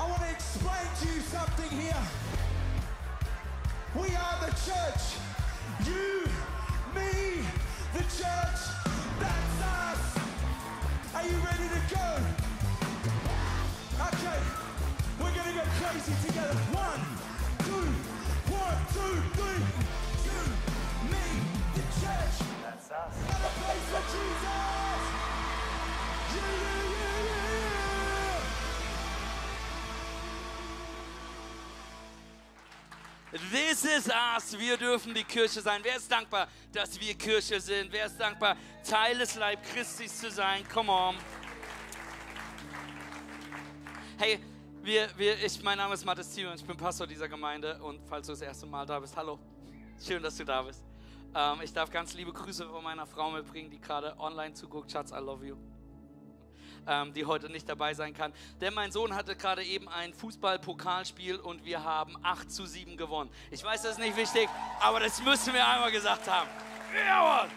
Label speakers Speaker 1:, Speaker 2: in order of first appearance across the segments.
Speaker 1: I want to explain to you something here. We are the church. You, me, the church. That's us. Are you ready to go? Okay, we're gonna go crazy together. 1, 2, 1, 2, 3. You, me, the church.
Speaker 2: That's us.
Speaker 1: And a place for Jesus. Yeah.
Speaker 3: This is us. Wir dürfen die Kirche sein. Wer ist dankbar, dass wir Kirche sind? Wer ist dankbar, Teil des Leib Christi zu sein? Come on. Hey, mein Name ist Matthias Thiel und ich bin Pastor dieser Gemeinde. Und falls du das erste Mal da bist, hallo. Schön, dass du da bist. Ich darf ganz liebe Grüße von meiner Frau mitbringen, die gerade online zuguckt. Schatz, I love you. Die heute nicht dabei sein kann. Denn mein Sohn hatte gerade eben ein Fußball-Pokalspiel und wir haben 8-7 gewonnen. Ich weiß, das ist nicht wichtig, aber das müssen wir einmal gesagt haben. Jawohl!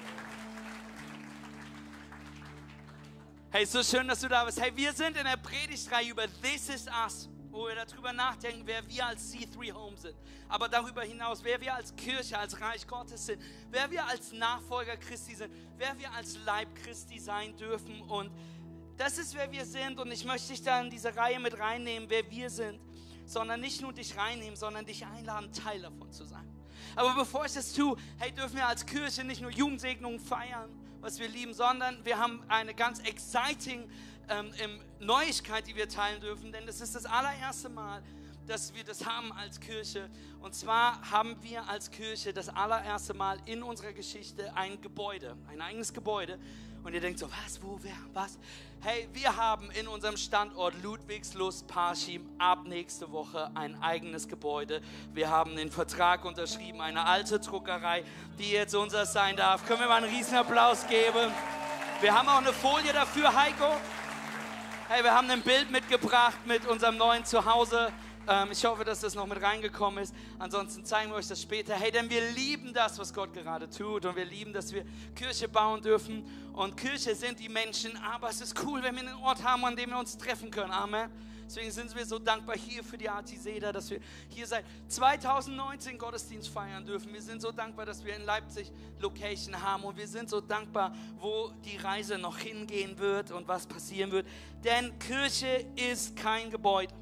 Speaker 3: Hey, so schön, dass du da bist. Hey, wir sind in der Predigtreihe über This is Us, wo wir darüber nachdenken, wer wir als C3 Home sind. Aber darüber hinaus, wer wir als Kirche, als Reich Gottes sind, wer wir als Nachfolger Christi sind, wer wir als Leib Christi sein dürfen. Und das ist, wer wir sind, und ich möchte dich da in diese Reihe mit reinnehmen, wer wir sind, sondern nicht nur dich reinnehmen, sondern dich einladen, Teil davon zu sein. Aber bevor ich das tue, hey, dürfen wir als Kirche nicht nur Jugendsegnungen feiern, was wir lieben, sondern wir haben eine ganz exciting Neuigkeit, die wir teilen dürfen, denn das ist das allererste Mal, dass wir das haben als Kirche. Und zwar haben wir als Kirche das allererste Mal in unserer Geschichte ein Gebäude, ein eigenes Gebäude. Und ihr denkt so, was, wo, wer, was? Hey, wir haben in unserem Standort Ludwigslust-Parchim ab nächste Woche ein eigenes Gebäude. Wir haben den Vertrag unterschrieben, eine alte Druckerei, die jetzt unser sein darf. Können wir mal einen riesen Applaus geben? Wir haben auch eine Folie dafür, Heiko. Hey, wir haben ein Bild mitgebracht mit unserem neuen Zuhause. Ich hoffe, dass das noch mit reingekommen ist. Ansonsten zeigen wir euch das später. Hey, denn wir lieben das, was Gott gerade tut. Und wir lieben, dass wir Kirche bauen dürfen. Und Kirche sind die Menschen. Aber es ist cool, wenn wir einen Ort haben, an dem wir uns treffen können. Amen. Deswegen sind wir so dankbar hier für die Artiseda, dass wir hier seit 2019 Gottesdienst feiern dürfen. Wir sind so dankbar, dass wir in Leipzig Location haben. Und wir sind so dankbar, wo die Reise noch hingehen wird und was passieren wird. Denn Kirche ist kein Gebäude.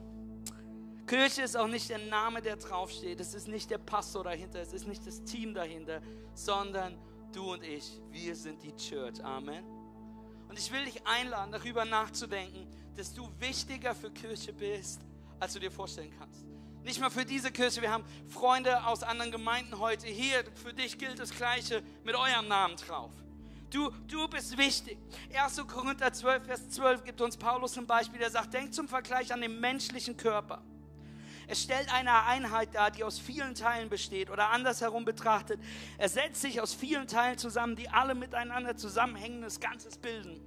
Speaker 3: Kirche ist auch nicht der Name, der draufsteht. Es ist nicht der Pastor dahinter. Es ist nicht das Team dahinter, sondern du und ich. Wir sind die Church. Amen. Und ich will dich einladen, darüber nachzudenken, dass du wichtiger für Kirche bist, als du dir vorstellen kannst. Nicht mal für diese Kirche. Wir haben Freunde aus anderen Gemeinden heute hier. Für dich gilt das Gleiche mit eurem Namen drauf. Du bist wichtig. 1. Korinther 12, Vers 12 gibt uns Paulus ein Beispiel, der sagt, denk zum Vergleich an den menschlichen Körper. Es stellt eine Einheit dar, die aus vielen Teilen besteht, oder andersherum betrachtet, er setzt sich aus vielen Teilen zusammen, die alle miteinander zusammenhängendes Ganzes bilden.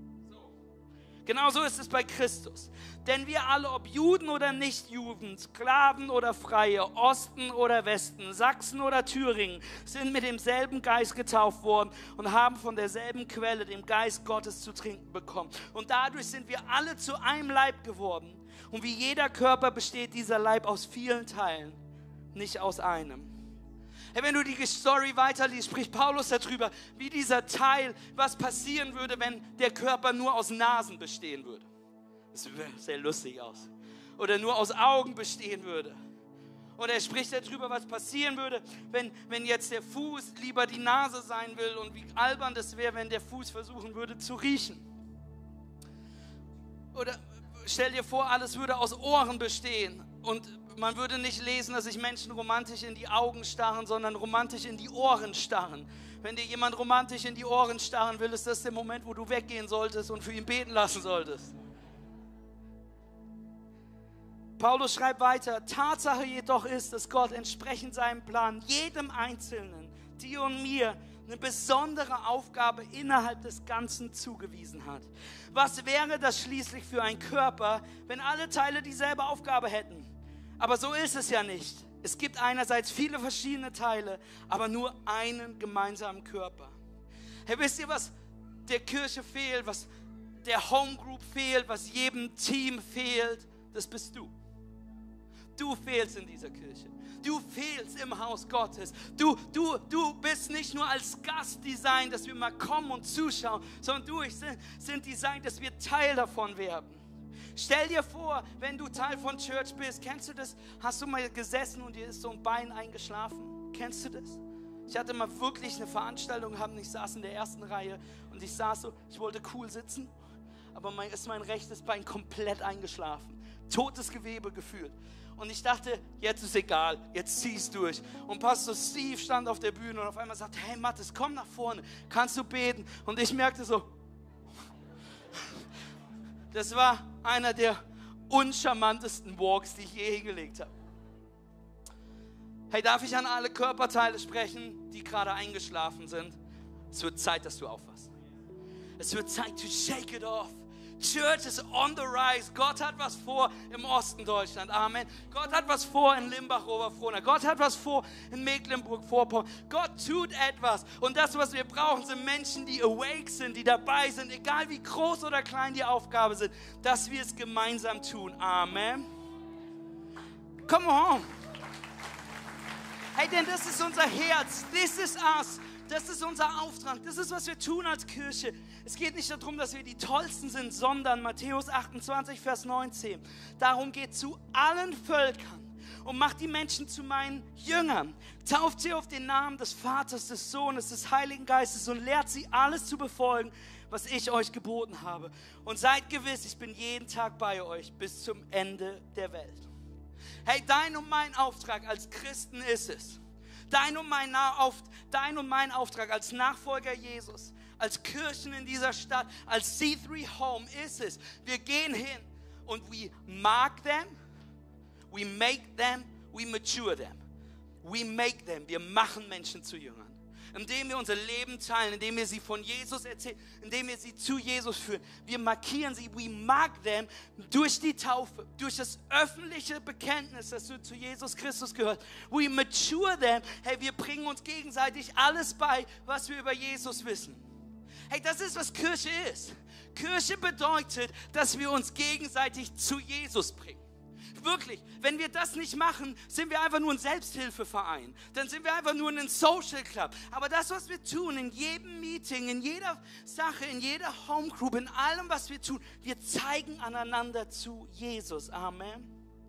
Speaker 3: Genauso ist es bei Christus. Denn wir alle, ob Juden oder Nichtjuden, Sklaven oder Freie, Osten oder Westen, Sachsen oder Thüringen, sind mit demselben Geist getauft worden und haben von derselben Quelle, dem Geist Gottes, zu trinken bekommen. Und dadurch sind wir alle zu einem Leib geworden. Und wie jeder Körper besteht dieser Leib aus vielen Teilen, nicht aus einem. Hey, wenn du die Story weiterliest, spricht Paulus darüber, wie dieser Teil, was passieren würde, wenn der Körper nur aus Nasen bestehen würde. Das sieht sehr lustig aus. Oder nur aus Augen bestehen würde. Und er spricht darüber, was passieren würde, wenn jetzt der Fuß lieber die Nase sein will und wie albern das wäre, wenn der Fuß versuchen würde zu riechen. Oder stell dir vor, alles würde aus Ohren bestehen und man würde nicht lesen, dass sich Menschen romantisch in die Augen starren, sondern romantisch in die Ohren starren. Wenn dir jemand romantisch in die Ohren starren will, ist das der Moment, wo du weggehen solltest und für ihn beten lassen solltest. Paulus schreibt weiter, Tatsache jedoch ist, dass Gott entsprechend seinem Plan jedem Einzelnen, dir und mir, eine besondere Aufgabe innerhalb des Ganzen zugewiesen hat. Was wäre das schließlich für ein Körper, wenn alle Teile dieselbe Aufgabe hätten? Aber so ist es ja nicht. Es gibt einerseits viele verschiedene Teile, aber nur einen gemeinsamen Körper. Hey, wisst ihr, was der Kirche fehlt, was der Home Group fehlt, was jedem Team fehlt? Das bist du. Du fehlst in dieser Kirche. Du fehlst im Haus Gottes. Du bist nicht nur als Gast designt, dass wir mal kommen und zuschauen, sondern du sind designt, dass wir Teil davon werden. Stell dir vor, wenn du Teil von Church bist, kennst du das? Hast du mal gesessen und dir ist so ein Bein eingeschlafen? Kennst du das? Ich hatte mal wirklich eine Veranstaltung gehabt und ich saß in der ersten Reihe und ich saß so, ich wollte cool sitzen, aber mein rechtes Bein komplett eingeschlafen. Totes Gewebe gefühlt. Und ich dachte, jetzt ist egal, jetzt zieh's durch. Und Pastor Steve stand auf der Bühne und auf einmal sagte, hey Mathis, komm nach vorne, kannst du beten? Und ich merkte so, das war einer der uncharmantesten Walks, die ich je hingelegt habe. Hey, darf ich an alle Körperteile sprechen, die gerade eingeschlafen sind? Es wird Zeit, dass du aufwachst. Es wird Zeit to shake it off. Church is on the rise. Gott hat was vor im Osten Deutschland. Amen. Gott hat was vor in Limbach-Oberfrohna. Gott hat was vor in Mecklenburg-Vorpommern. Gott tut etwas. Und das, was wir brauchen, sind Menschen, die awake sind, die dabei sind, egal wie groß oder klein die Aufgabe sind, dass wir es gemeinsam tun. Amen. Come on. Hey, denn das ist unser Herz. This is us. Das ist unser Auftrag. Das ist, was wir tun als Kirche. Es geht nicht darum, dass wir die Tollsten sind, sondern Matthäus 28, Vers 19. Darum geht zu allen Völkern und macht die Menschen zu meinen Jüngern. Tauft sie auf den Namen des Vaters, des Sohnes, des Heiligen Geistes und lehrt sie, alles zu befolgen, was ich euch geboten habe. Und seid gewiss, ich bin jeden Tag bei euch bis zum Ende der Welt. Hey, dein und mein Auftrag als Christen ist es. Dein und mein Auftrag als Nachfolger Jesus, als Kirchen in dieser Stadt, als C3 Home ist es. Wir gehen hin und we mark them, we make them, we mature them. We make them, wir machen Menschen zu Jüngern. Indem wir unser Leben teilen, indem wir sie von Jesus erzählen, indem wir sie zu Jesus führen. Wir markieren sie, we mark them durch die Taufe, durch das öffentliche Bekenntnis, dass du zu Jesus Christus gehörst. We mature them, hey, wir bringen uns gegenseitig alles bei, was wir über Jesus wissen. Hey, das ist, was Kirche ist. Kirche bedeutet, dass wir uns gegenseitig zu Jesus bringen. Wirklich, wenn wir das nicht machen, sind wir einfach nur ein Selbsthilfeverein. Dann sind wir einfach nur ein Social Club. Aber das, was wir tun, in jedem Meeting, in jeder Sache, in jeder Homegroup, in allem, was wir tun, wir zeigen aneinander zu Jesus. Amen.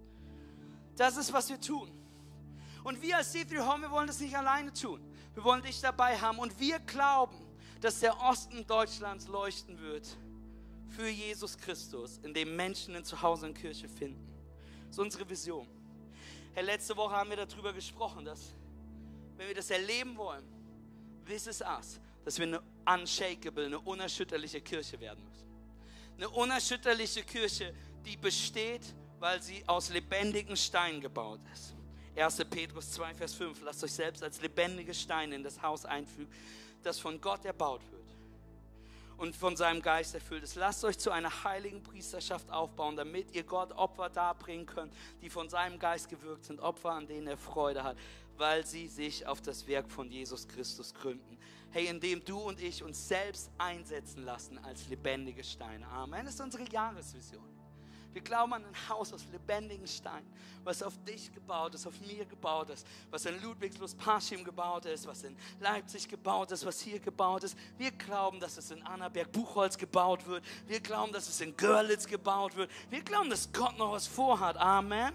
Speaker 3: Das ist, was wir tun. Und wir als C3 Home, wir wollen das nicht alleine tun. Wir wollen dich dabei haben. Und wir glauben, dass der Osten Deutschlands leuchten wird für Jesus Christus, in dem Menschen ein Zuhause in Kirche finden. Das ist unsere Vision. Hey, letzte Woche haben wir darüber gesprochen, dass, wenn wir das erleben wollen, this is us, dass wir eine unshakable, eine unerschütterliche Kirche werden müssen. Eine unerschütterliche Kirche, die besteht, weil sie aus lebendigen Steinen gebaut ist. 1. Petrus 2, Vers 5, lasst euch selbst als lebendige Steine in das Haus einfügen, das von Gott erbaut wird und von seinem Geist erfüllt ist. Lasst euch zu einer heiligen Priesterschaft aufbauen, damit ihr Gott Opfer darbringen könnt, die von seinem Geist gewirkt sind, Opfer, an denen er Freude hat, weil sie sich auf das Werk von Jesus Christus gründen. Hey, indem du und ich uns selbst einsetzen lassen als lebendige Steine. Amen. Das ist unsere Jahresvision. Wir glauben an ein Haus aus lebendigen Steinen, was auf dich gebaut ist, auf mir gebaut ist, was in Ludwigslust-Parchim gebaut ist, was in Leipzig gebaut ist, was hier gebaut ist. Wir glauben, dass es in Annaberg-Buchholz gebaut wird. Wir glauben, dass es in Görlitz gebaut wird. Wir glauben, dass Gott noch was vorhat. Amen.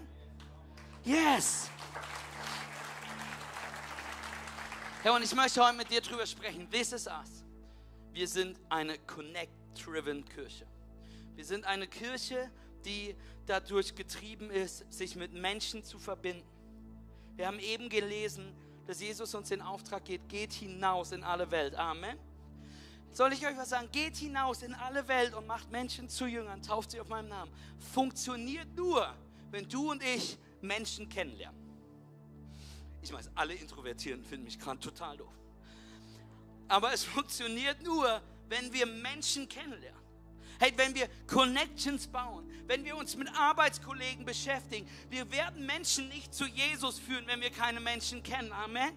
Speaker 3: Yes. Herr, und ich möchte heute mit dir drüber sprechen. This is us. Wir sind eine Connect-driven Kirche. Wir sind eine Kirche, die dadurch getrieben ist, sich mit Menschen zu verbinden. Wir haben eben gelesen, dass Jesus uns den Auftrag gibt, geht hinaus in alle Welt. Amen. Soll ich euch was sagen? Geht hinaus in alle Welt und macht Menschen zu Jüngern, tauft sie auf meinem Namen. Funktioniert nur, wenn du und ich Menschen kennenlernen. Ich weiß, alle Introvertierten finden mich gerade total doof. Aber es funktioniert nur, wenn wir Menschen kennenlernen. Hey, wenn wir Connections bauen, wenn wir uns mit Arbeitskollegen beschäftigen, wir werden Menschen nicht zu Jesus führen, wenn wir keine Menschen kennen. Amen.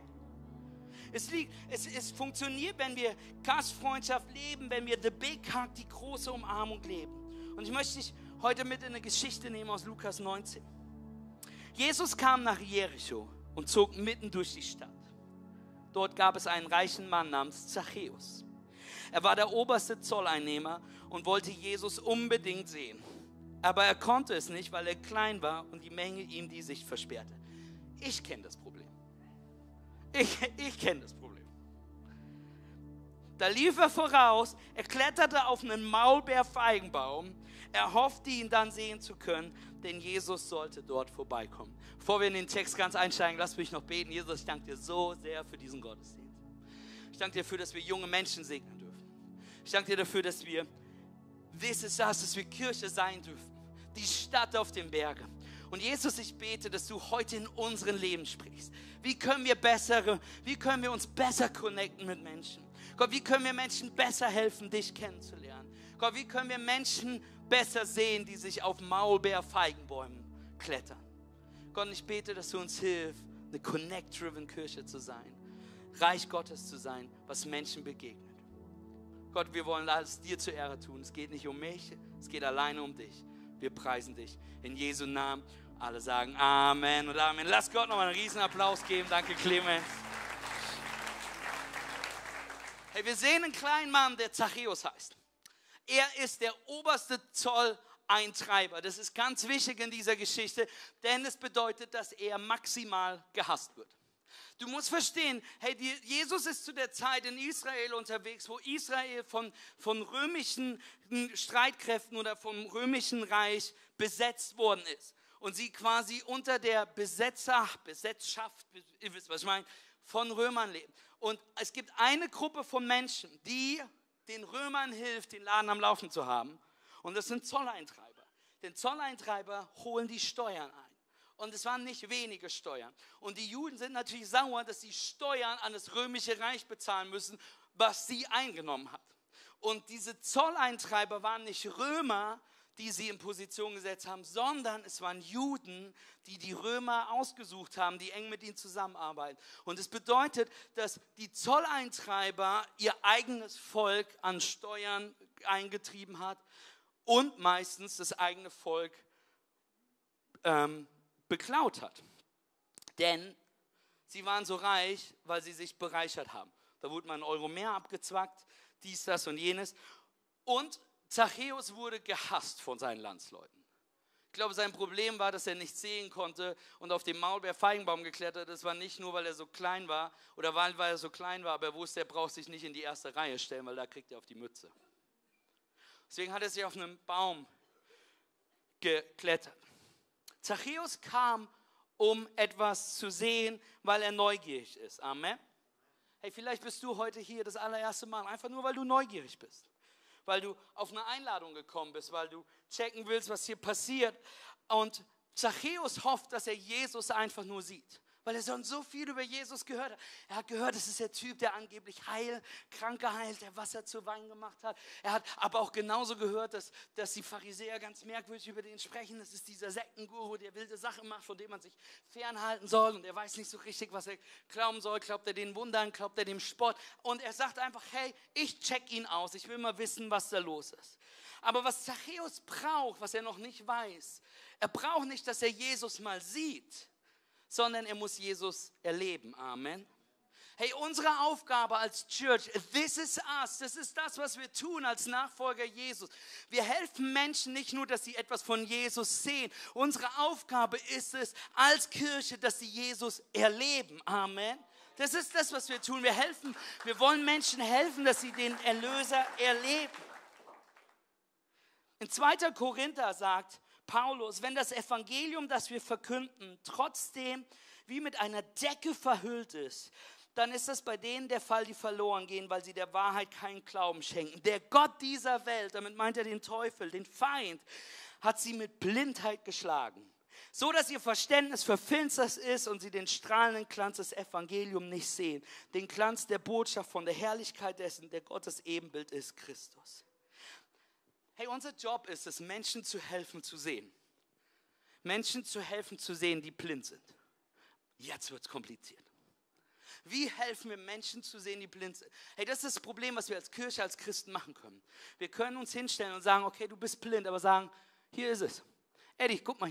Speaker 3: Es funktioniert, wenn wir Gastfreundschaft leben, wenn wir the big hug, die große Umarmung leben. Und ich möchte dich heute mit in eine Geschichte nehmen aus Lukas 19. Jesus kam nach Jericho und zog mitten durch die Stadt. Dort gab es einen reichen Mann namens Zachäus. Er war der oberste Zolleinnehmer und wollte Jesus unbedingt sehen. Aber er konnte es nicht, weil er klein war und die Menge ihm die Sicht versperrte. Ich kenne das Problem. Ich kenne das Problem. Da lief er voraus, er kletterte auf einen Maulbeerfeigenbaum. Er hoffte, ihn dann sehen zu können, denn Jesus sollte dort vorbeikommen. Bevor wir in den Text ganz einsteigen, lass mich noch beten. Jesus, ich danke dir so sehr für diesen Gottesdienst. Ich danke dir dafür, dass wir junge Menschen segnen dürfen. Ich danke dir dafür, dass wir dass wir Kirche sein dürfen. Die Stadt auf den Bergen. Und Jesus, ich bete, dass du heute in unseren Leben sprichst. Wie können wir uns besser connecten mit Menschen? Gott, wie können wir Menschen besser helfen, dich kennenzulernen? Gott, wie können wir Menschen besser sehen, die sich auf Maulbeerfeigenbäumen klettern? Gott, ich bete, dass du uns hilfst, eine Connect-driven Kirche zu sein. Reich Gottes zu sein, was Menschen begegnet. Gott, wir wollen alles dir zur Ehre tun. Es geht nicht um mich, es geht alleine um dich. Wir preisen dich in Jesu Namen. Alle sagen Amen und Amen. Lass Gott noch mal einen riesen Applaus geben. Danke, Clemens. Hey, wir sehen einen kleinen Mann, der Zachäus heißt. Er ist der oberste Zolleintreiber. Das ist ganz wichtig in dieser Geschichte, denn es bedeutet, dass er maximal gehasst wird. Du musst verstehen, hey, Jesus ist zu der Zeit in Israel unterwegs, wo Israel von römischen Streitkräften oder vom römischen Reich besetzt worden ist. Und sie quasi unter der Besetzschaft, ihr wisst, was ich meine, von Römern leben. Und es gibt eine Gruppe von Menschen, die den Römern hilft, den Laden am Laufen zu haben. Und das sind Zolleintreiber. Denn Zolleintreiber holen die Steuern ein. Und es waren nicht wenige Steuern. Und die Juden sind natürlich sauer, dass sie Steuern an das römische Reich bezahlen müssen, was sie eingenommen hat. Und diese Zolleintreiber waren nicht Römer, die sie in Position gesetzt haben, sondern es waren Juden, die die Römer ausgesucht haben, die eng mit ihnen zusammenarbeiten. Und es bedeutet, dass die Zolleintreiber ihr eigenes Volk an Steuern eingetrieben hat und meistens das eigene Volk beklaut hat. Denn sie waren so reich, weil sie sich bereichert haben. Da wurde mal ein Euro mehr abgezwackt, dies, das und jenes. Und Zachäus wurde gehasst von seinen Landsleuten. Ich glaube, sein Problem war, dass er nicht sehen konnte und auf den Maulbeerfeigenbaum geklettert ist. Das war nicht nur, weil er so klein war oder weil er so klein war, aber er wusste, er braucht sich nicht in die erste Reihe stellen, weil da kriegt er auf die Mütze. Deswegen hat er sich auf einen Baum geklettert. Zachäus kam, um etwas zu sehen, weil er neugierig ist. Amen. Hey, vielleicht bist du heute hier das allererste Mal, einfach nur, weil du neugierig bist. Weil du auf eine Einladung gekommen bist, weil du checken willst, was hier passiert. Und Zachäus hofft, dass er Jesus einfach nur sieht. Weil er schon so viel über Jesus gehört hat. Er hat gehört, das ist der Typ, der angeblich Kranke heilt, der Wasser zu Wein gemacht hat. Er hat aber auch genauso gehört, dass die Pharisäer ganz merkwürdig über den sprechen. Das ist dieser Sektenguru, der wilde Sachen macht, von dem man sich fernhalten soll. Und er weiß nicht so richtig, was er glauben soll. Glaubt er den Wundern, glaubt er dem Spott. Und er sagt einfach, hey, ich check ihn aus. Ich will mal wissen, was da los ist. Aber was Zachäus braucht, was er noch nicht weiß, er braucht nicht, dass er Jesus mal sieht, sondern er muss Jesus erleben. Amen. Hey, unsere Aufgabe als Church, this is us, das ist das, was wir tun als Nachfolger Jesus. Wir helfen Menschen nicht nur, dass sie etwas von Jesus sehen. Unsere Aufgabe ist es als Kirche, dass sie Jesus erleben. Amen. Das ist das, was wir tun. Wir wollen Menschen helfen, dass sie den Erlöser erleben. In 2. Korinther sagt Paulus, wenn das Evangelium, das wir verkünden, trotzdem wie mit einer Decke verhüllt ist, dann ist das bei denen der Fall, die verloren gehen, weil sie der Wahrheit keinen Glauben schenken. Der Gott dieser Welt, damit meint er den Teufel, den Feind, hat sie mit Blindheit geschlagen, so dass ihr Verständnis verfinstert ist und sie den strahlenden Glanz des Evangeliums nicht sehen, den Glanz der Botschaft von der Herrlichkeit dessen, der Gottes Ebenbild ist, Christus. Hey, unser Job ist es, Menschen zu helfen zu sehen. Menschen zu helfen zu sehen, die blind sind. Jetzt wird es kompliziert. Wie helfen wir Menschen zu sehen, die blind sind? Hey, das ist das Problem, was wir als Kirche, als Christen machen können. Wir können uns hinstellen und sagen, okay, du bist blind, aber sagen, hier ist es. Eddie, guck mal hier.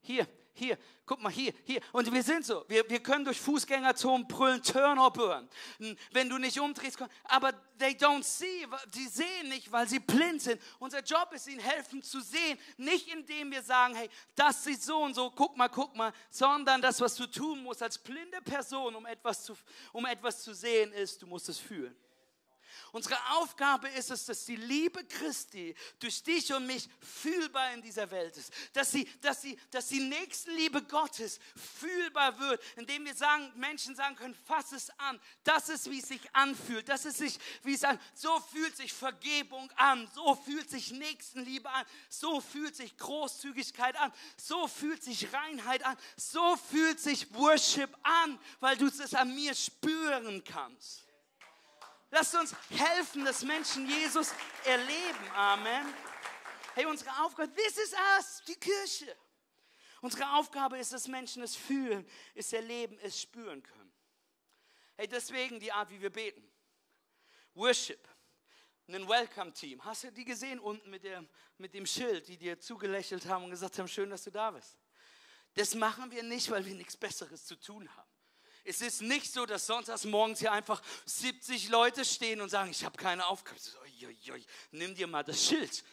Speaker 3: Hier, guck mal, hier. Und wir sind so, wir können durch Fußgängerzonen brüllen, turn or burn. Wenn du nicht umdrehst, aber they don't see, sie sehen nicht, weil sie blind sind. Unser Job ist, ihnen helfen zu sehen, nicht indem wir sagen, hey, das sieht so und so, guck mal, sondern das, was du tun musst als blinde Person, um etwas zu sehen, ist, du musst es fühlen. Unsere Aufgabe ist es, dass die Liebe Christi durch dich und mich fühlbar in dieser Welt ist. Dass die Nächstenliebe Gottes fühlbar wird, indem wir Menschen sagen können, fass es an. Das ist, wie es sich anfühlt. Das ist, wie es an. So fühlt sich Vergebung an. So fühlt sich Nächstenliebe an. So fühlt sich Großzügigkeit an. So fühlt sich Reinheit an. So fühlt sich Worship an, weil du es an mir spüren kannst. Lasst uns helfen, dass Menschen Jesus erleben. Amen. Hey, unsere Aufgabe, this is us, die Kirche. Unsere Aufgabe ist, dass Menschen es fühlen, es erleben, es spüren können. Hey, deswegen die Art, wie wir beten. Worship. Ein Welcome-Team. Hast du die gesehen unten mit dem Schild, die dir zugelächelt haben und gesagt haben, schön, dass du da bist. Das machen wir nicht, weil wir nichts Besseres zu tun haben. Es ist nicht so, dass sonntags morgens hier einfach 70 Leute stehen und sagen, ich habe keine Aufgabe. Nimm dir mal das Schild.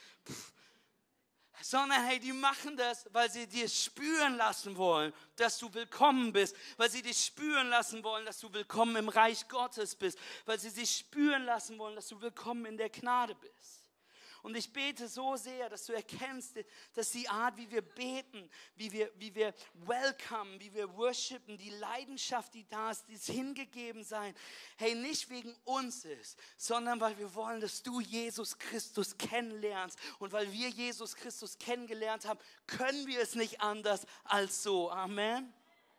Speaker 3: Sondern hey, die machen das, weil sie dir spüren lassen wollen, dass du willkommen bist. Weil sie dich spüren lassen wollen, dass du willkommen im Reich Gottes bist. Weil sie dich spüren lassen wollen, dass du willkommen in der Gnade bist. Und ich bete so sehr, dass du erkennst, dass die Art, wie wir beten, wie wir welcomen, wie wir worshipen, die Leidenschaft, die da ist, dieses Hingegebensein, hey, nicht wegen uns ist, sondern weil wir wollen, dass du Jesus Christus kennenlernst. Und weil wir Jesus Christus kennengelernt haben, können wir es nicht anders als so. Amen.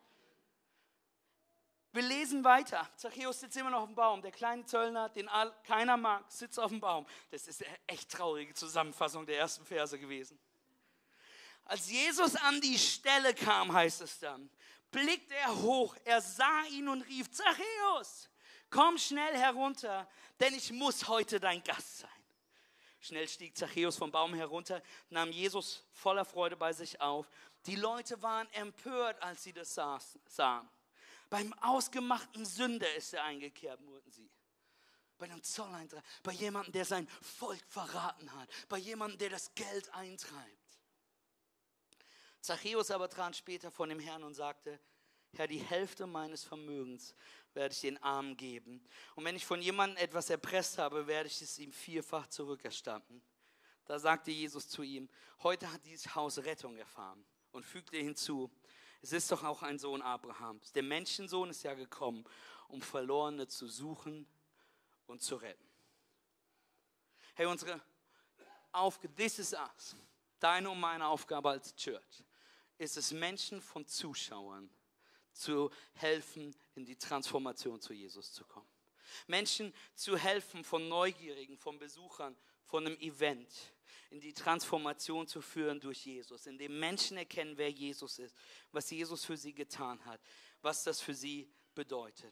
Speaker 3: Wir lesen weiter. Zachäus sitzt immer noch auf dem Baum. Der kleine Zöllner, den keiner mag, sitzt auf dem Baum. Das ist eine echt traurige Zusammenfassung der ersten Verse gewesen. Als Jesus an die Stelle kam, heißt es dann, blickte er hoch, er sah ihn und rief, Zachäus, komm schnell herunter, denn ich muss heute dein Gast sein. Schnell stieg Zachäus vom Baum herunter, nahm Jesus voller Freude bei sich auf. Die Leute waren empört, als sie das sahen. Beim ausgemachten Sünder ist er eingekehrt, murrten sie. Bei einem Zolleintreiber, bei jemandem, der sein Volk verraten hat, bei jemandem, der das Geld eintreibt. Zachäus aber trat später von dem Herrn und sagte, Herr, die Hälfte meines Vermögens werde ich den Armen geben. Und wenn ich von jemandem etwas erpresst habe, werde ich es ihm vierfach zurückerstatten. Da sagte Jesus zu ihm, heute hat dieses Haus Rettung erfahren. Und fügte hinzu, es ist doch auch ein Sohn Abrahams. Der Menschensohn ist ja gekommen, um Verlorene zu suchen und zu retten. Hey, unsere Aufgabe, this is us. Deine und meine Aufgabe als Church ist es, Menschen von Zuschauern zu helfen, in die Transformation zu Jesus zu kommen. Menschen zu helfen, von Neugierigen, von Besuchern, von einem Event, in die Transformation zu führen durch Jesus, indem Menschen erkennen, wer Jesus ist, was Jesus für sie getan hat, was das für sie bedeutet.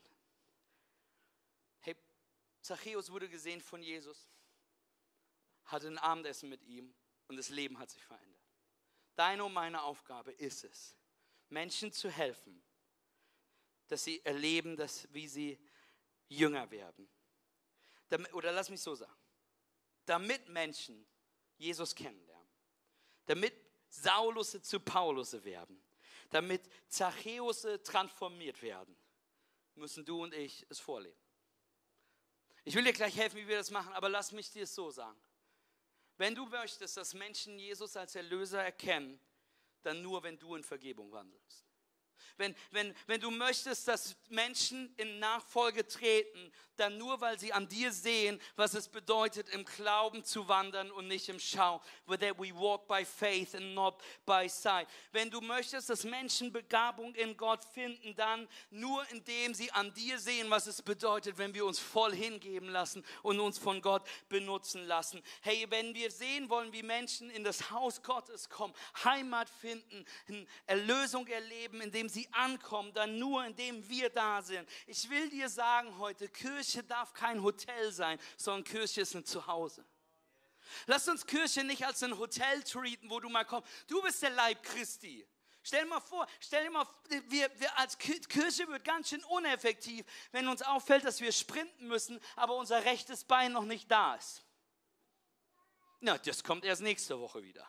Speaker 3: Hey, Zachäus wurde gesehen von Jesus, hatte ein Abendessen mit ihm und das Leben hat sich verändert. Deine und meine Aufgabe ist es, Menschen zu helfen, dass sie erleben, wie sie Jünger werden. Oder lass mich so sagen, damit Menschen Jesus kennenlernen, damit Saulusse zu Paulusse werden, damit Zachäusse transformiert werden, müssen du und ich es vorleben. Ich will dir gleich helfen, wie wir das machen, aber lass mich dir es so sagen. Wenn du möchtest, dass Menschen Jesus als Erlöser erkennen, dann nur, wenn du in Vergebung wandelst. Wenn du möchtest, dass Menschen in Nachfolge treten, dann nur, weil sie an dir sehen, was es bedeutet, im Glauben zu wandern und nicht im Schau. That we walk by faith and not by sight. Wenn du möchtest, dass Menschen Begabung in Gott finden, dann nur, indem sie an dir sehen, was es bedeutet, wenn wir uns voll hingeben lassen und uns von Gott benutzen lassen. Hey, wenn wir sehen wollen, wie Menschen in das Haus Gottes kommen, Heimat finden, Erlösung erleben, indem sie ankommen, dann nur, indem wir da sind. Ich will dir sagen heute, Kirche darf kein Hotel sein, sondern Kirche ist ein Zuhause. Lass uns Kirche nicht als ein Hotel treaten, wo du mal kommst. Du bist der Leib Christi. Stell dir mal, wir als Kirche wird ganz schön uneffektiv, wenn uns auffällt, dass wir sprinten müssen, aber unser rechtes Bein noch nicht da ist. Na, das kommt erst nächste Woche wieder.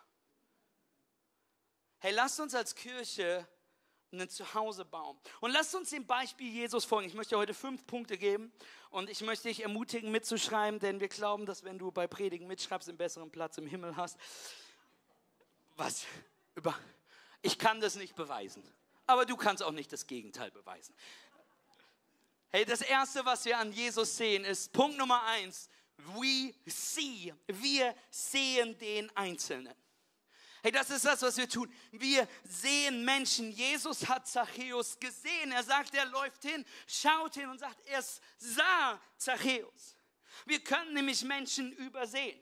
Speaker 3: Hey, lasst uns als Kirche ein Zuhause bauen. Und lasst uns dem Beispiel Jesus folgen. Ich möchte heute 5 Punkte geben und ich möchte dich ermutigen, mitzuschreiben, denn wir glauben, dass wenn du bei Predigen mitschreibst, einen besseren Platz im Himmel hast. Ich kann das nicht beweisen, aber du kannst auch nicht das Gegenteil beweisen. Hey, das Erste, was wir an Jesus sehen, ist Punkt Nummer 1. Wir sehen den Einzelnen. Hey, das ist das, was wir tun. Wir sehen Menschen. Jesus hat Zachäus gesehen. Er sagt, er läuft hin, schaut hin und sagt, er sah Zachäus. Wir können nämlich Menschen übersehen.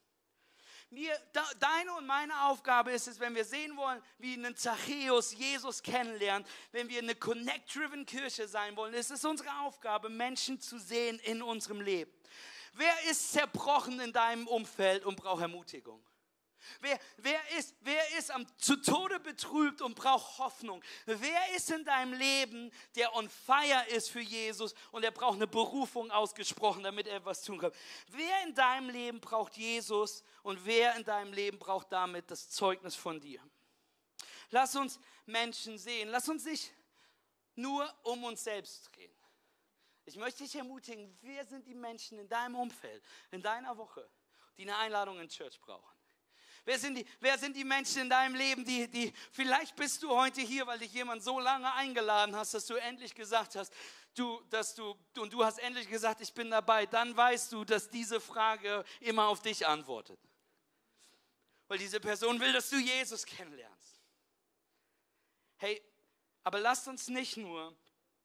Speaker 3: Deine und meine Aufgabe ist es, wenn wir sehen wollen, wie ein Zachäus Jesus kennenlernt, wenn wir eine Connect-driven Kirche sein wollen, ist es unsere Aufgabe, Menschen zu sehen in unserem Leben. Wer ist zerbrochen in deinem Umfeld und braucht Ermutigung? Wer ist zu Tode betrübt und braucht Hoffnung? Wer ist in deinem Leben, der on fire ist für Jesus und er braucht eine Berufung ausgesprochen, damit er etwas tun kann? Wer in deinem Leben braucht Jesus und wer in deinem Leben braucht damit das Zeugnis von dir? Lass uns Menschen sehen. Lass uns nicht nur um uns selbst drehen. Ich möchte dich ermutigen, wer sind die Menschen in deinem Umfeld, in deiner Woche, die eine Einladung in Church brauchen? Wer sind die Menschen in deinem Leben, die vielleicht bist du heute hier, weil dich jemand so lange eingeladen hast, dass du endlich gesagt hast, du hast endlich gesagt, ich bin dabei. Dann weißt du, dass diese Frage immer auf dich antwortet. Weil diese Person will, dass du Jesus kennenlernst. Hey, aber lasst uns nicht nur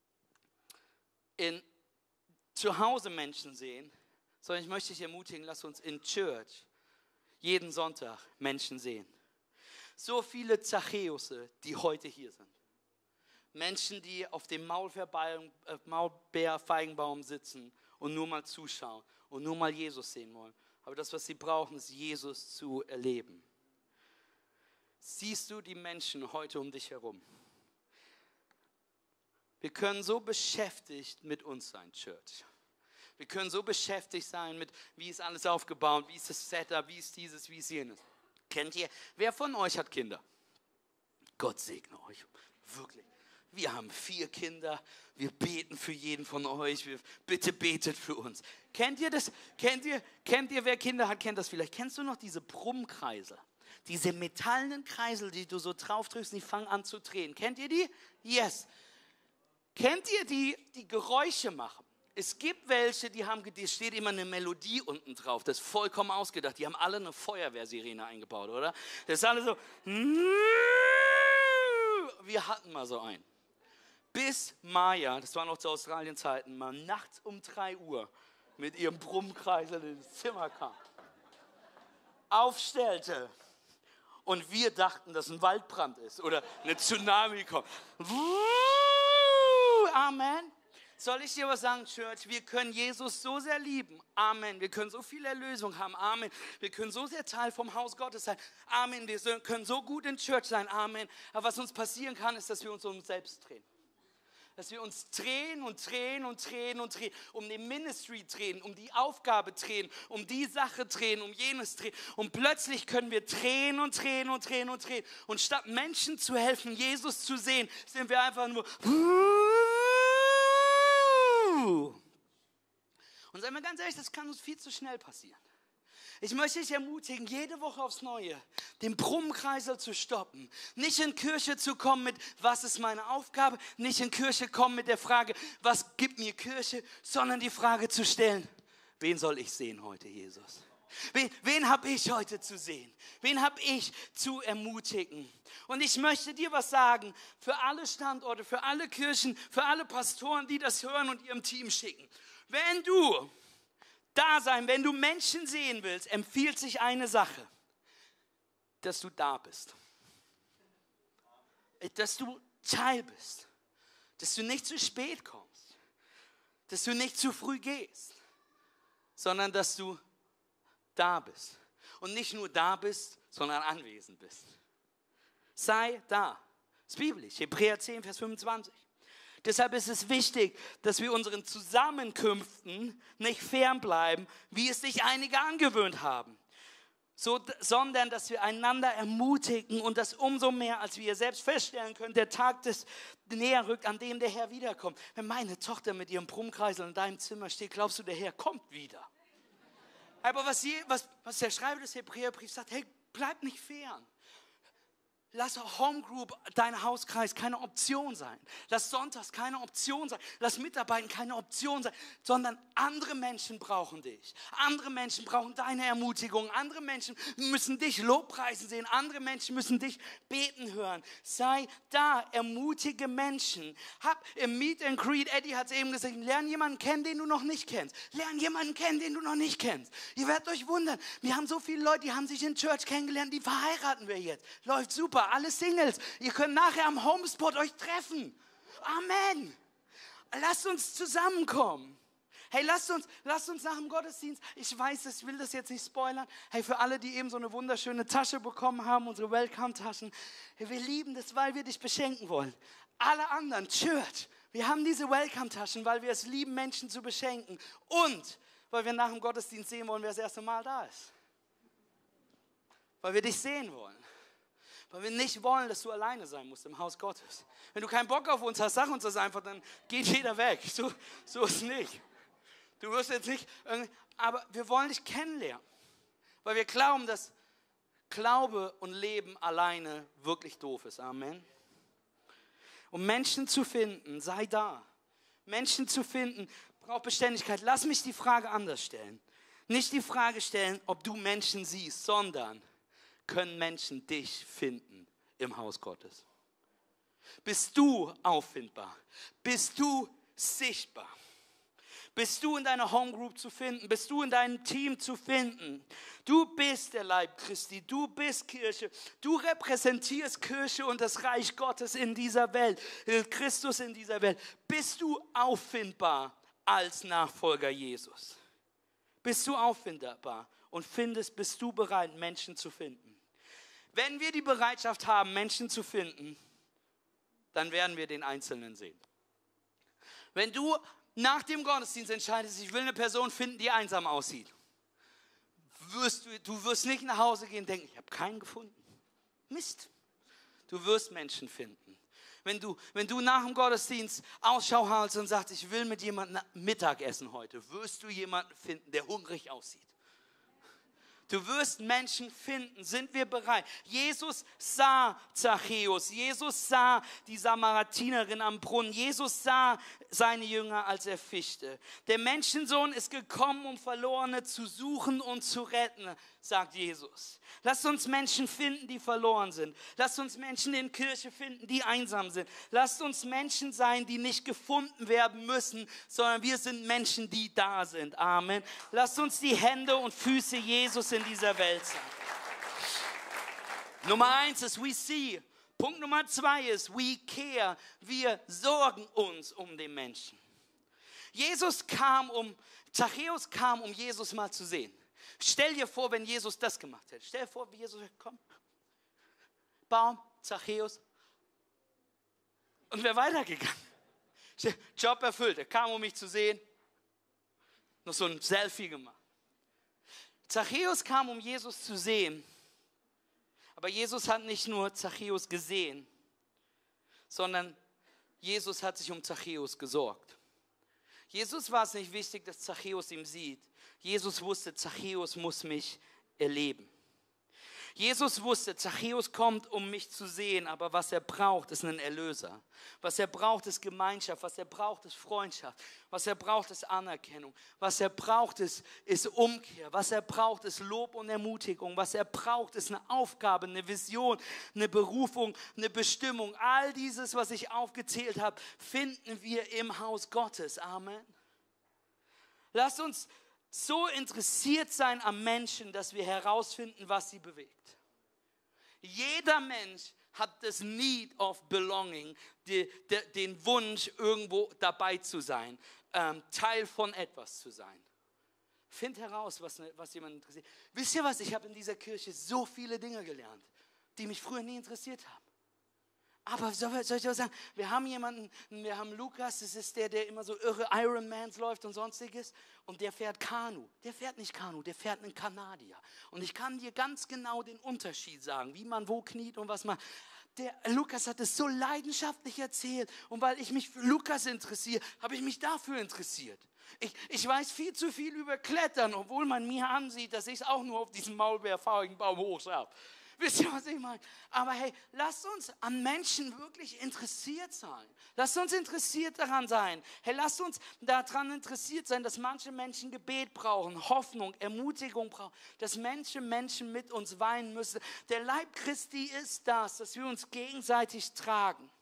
Speaker 3: zu Hause Menschen sehen, sondern ich möchte dich ermutigen, lass uns in Church jeden Sonntag Menschen sehen. So viele Zachäusse, die heute hier sind. Menschen, die auf dem Maulbeerfeigenbaum sitzen und nur mal zuschauen und nur mal Jesus sehen wollen. Aber das, was sie brauchen, ist Jesus zu erleben. Siehst du die Menschen heute um dich herum? Wir können so beschäftigt mit uns sein, Church. Wir können so beschäftigt sein mit, wie ist alles aufgebaut, wie ist das Setup, wie ist dieses, wie ist jenes. Kennt ihr, wer von euch hat Kinder? Gott segne euch, wirklich. Wir haben 4 Kinder, wir beten für jeden von euch, bitte betet für uns. Kennt ihr das? Kennt ihr, wer Kinder hat, kennt das vielleicht. Kennst du noch diese Brummkreisel? Diese metallenen Kreisel, die du so drauf drückst, die fangen an zu drehen. Kennt ihr die? Yes. Kennt ihr die Geräusche machen? Es gibt welche, die steht immer eine Melodie unten drauf. Das ist vollkommen ausgedacht. Die haben alle eine Feuerwehrsirene eingebaut, oder? Das ist alles so. Wir hatten mal so einen. Bis Maya, das war noch zu Australien-Zeiten, mal nachts um 3 Uhr mit ihrem Brummkreisel ins Zimmer kam. Aufstellte. Und wir dachten, dass ein Waldbrand ist oder eine Tsunami kommt. Amen. Soll ich dir was sagen, Church? Wir können Jesus so sehr lieben. Amen. Wir können so viel Erlösung haben. Amen. Wir können so sehr Teil vom Haus Gottes sein. Amen. Wir können so gut in Church sein. Amen. Aber was uns passieren kann, ist, dass wir uns um uns selbst drehen. Dass wir uns drehen und drehen und drehen und drehen. Um den Ministry drehen, um die Aufgabe drehen, um die Sache drehen, um jenes drehen. Und plötzlich können wir drehen und drehen und drehen und drehen. Und statt Menschen zu helfen, Jesus zu sehen, sind wir einfach nur... Und seien wir ganz ehrlich, das kann uns viel zu schnell passieren. Ich möchte dich ermutigen, jede Woche aufs Neue den Brummkreisel zu stoppen. Nicht in Kirche zu kommen mit, was ist meine Aufgabe? Nicht in Kirche kommen mit der Frage, was gibt mir Kirche? Sondern die Frage zu stellen, wen soll ich sehen heute, Jesus? Wen habe ich heute zu sehen? Wen habe ich zu ermutigen? Und ich möchte dir was sagen, für alle Standorte, für alle Kirchen, für alle Pastoren, die das hören und ihrem Team schicken. Wenn du wenn du Menschen sehen willst, empfiehlt sich eine Sache, dass du da bist. Dass du Teil bist. Dass du nicht zu spät kommst. Dass du nicht zu früh gehst. Sondern dass du da bist. Und nicht nur da bist, sondern anwesend bist. Sei da. Das ist biblisch, Hebräer 10, Vers 25. Deshalb ist es wichtig, dass wir unseren Zusammenkünften nicht fernbleiben, wie es sich einige angewöhnt haben, sondern dass wir einander ermutigen und das umso mehr, als wir selbst feststellen können, der Tag des näher rückt, an dem der Herr wiederkommt. Wenn meine Tochter mit ihrem Brummkreisel in deinem Zimmer steht, glaubst du, der Herr kommt wieder? Aber was der Schreiber des Hebräerbriefs sagt, hey, bleib nicht fern. Lass Homegroup, dein Hauskreis, keine Option sein. Lass Sonntags keine Option sein. Lass Mitarbeiten keine Option sein. Sondern andere Menschen brauchen dich. Andere Menschen brauchen deine Ermutigung. Andere Menschen müssen dich Lobpreisen sehen. Andere Menschen müssen dich beten hören. Sei da, ermutige Menschen. Hab im Meet and Greet, Eddie hat es eben gesagt, lern jemanden kennen, den du noch nicht kennst. Lern jemanden kennen, den du noch nicht kennst. Ihr werdet euch wundern. Wir haben so viele Leute, die haben sich in Church kennengelernt, die verheiraten wir jetzt. Läuft super. Alle Singles, ihr könnt nachher am Homespot euch treffen. Amen. Lasst uns zusammenkommen. Hey, lasst uns nach dem Gottesdienst, ich weiß, ich will das jetzt nicht spoilern, hey, für alle, die eben so eine wunderschöne Tasche bekommen haben, unsere Welcome-Taschen, hey, wir lieben das, weil wir dich beschenken wollen. Alle anderen, Church, wir haben diese Welcome-Taschen, weil wir es lieben, Menschen zu beschenken und weil wir nach dem Gottesdienst sehen wollen, wer das erste Mal da ist. Weil wir dich sehen wollen. Weil wir nicht wollen, dass du alleine sein musst im Haus Gottes. Wenn du keinen Bock auf uns hast, sag uns das einfach, dann geht jeder weg. So ist es nicht. Du wirst jetzt nicht, aber wir wollen dich kennenlernen. Weil wir glauben, dass Glaube und Leben alleine wirklich doof ist. Amen. Um Menschen zu finden, sei da. Menschen zu finden, braucht Beständigkeit. Lass mich die Frage anders stellen. Nicht die Frage stellen, ob du Menschen siehst, sondern können Menschen dich finden im Haus Gottes? Bist du auffindbar? Bist du sichtbar? Bist du in deiner Homegroup zu finden? Bist du in deinem Team zu finden? Du bist der Leib Christi, du bist Kirche, du repräsentierst Kirche und das Reich Gottes in dieser Welt, Christus in dieser Welt. Bist du auffindbar als Nachfolger Jesus? Bist du auffindbar und bist du bereit, Menschen zu finden? Wenn wir die Bereitschaft haben, Menschen zu finden, dann werden wir den Einzelnen sehen. Wenn du nach dem Gottesdienst entscheidest, ich will eine Person finden, die einsam aussieht, du wirst nicht nach Hause gehen und denken, ich habe keinen gefunden. Mist. Du wirst Menschen finden. Wenn du nach dem Gottesdienst Ausschau hältst und sagst, ich will mit jemandem Mittagessen heute, wirst du jemanden finden, der hungrig aussieht. Du wirst Menschen finden. Sind wir bereit? Jesus sah Zachäus. Jesus sah die Samaratinerin am Brunnen. Jesus sah seine Jünger, als er fischte. Der Menschensohn ist gekommen, um Verlorene zu suchen und zu retten, sagt Jesus. Lasst uns Menschen finden, die verloren sind. Lasst uns Menschen in Kirche finden, die einsam sind. Lasst uns Menschen sein, die nicht gefunden werden müssen, sondern wir sind Menschen, die da sind. Amen. Lasst uns die Hände und Füße Jesus in dieser Welt sein. Nummer 1 ist we see. Punkt Nummer 2 ist we care. Wir sorgen uns um den Menschen. Zachäus kam, um Jesus mal zu sehen. Stell dir vor, wenn Jesus das gemacht hätte. Stell dir vor, wie Jesus kommt. Baum, Zachäus. Und wäre weitergegangen. Job erfüllt. Er kam, um mich zu sehen. Noch so ein Selfie gemacht. Zachäus kam, um Jesus zu sehen. Aber Jesus hat nicht nur Zachäus gesehen, sondern Jesus hat sich um Zachäus gesorgt. Jesus war es nicht wichtig, dass Zachäus ihn sieht. Jesus wusste, Zachäus muss mich erleben. Jesus wusste, Zachäus kommt, um mich zu sehen, aber was er braucht, ist einen Erlöser. Was er braucht, ist Gemeinschaft. Was er braucht, ist Freundschaft. Was er braucht, ist Anerkennung. Was er braucht, ist Umkehr. Was er braucht, ist Lob und Ermutigung. Was er braucht, ist eine Aufgabe, eine Vision, eine Berufung, eine Bestimmung. All dieses, was ich aufgezählt habe, finden wir im Haus Gottes. Amen. Lasst uns so interessiert sein am Menschen, dass wir herausfinden, was sie bewegt. Jeder Mensch hat das Need of Belonging, den Wunsch, irgendwo dabei zu sein, Teil von etwas zu sein. Find heraus, was jemand interessiert. Wisst ihr was, ich habe in dieser Kirche so viele Dinge gelernt, die mich früher nie interessiert haben. Aber soll ich auch sagen, wir haben Lukas, das ist der immer so irre Ironmans läuft und sonstiges. Und der fährt Kanu. Der fährt nicht Kanu, der fährt einen Kanadier. Und ich kann dir ganz genau den Unterschied sagen, wie man wo kniet und was man... Der Lukas hat es so leidenschaftlich erzählt. Und weil ich mich für Lukas interessiere, habe ich mich dafür interessiert. Ich weiß viel zu viel über Klettern, obwohl man mir ansieht, dass ich es auch nur auf diesem maulbeerfarbenen Baum hoch schaffe. Wisst ihr, was ich meine? Aber hey, lasst uns an Menschen wirklich interessiert sein. Lasst uns interessiert daran sein. Hey, lasst uns daran interessiert sein, dass manche Menschen Gebet brauchen, Hoffnung, Ermutigung brauchen, dass Menschen mit uns weinen müssen. Der Leib Christi ist das, dass wir uns gegenseitig tragen.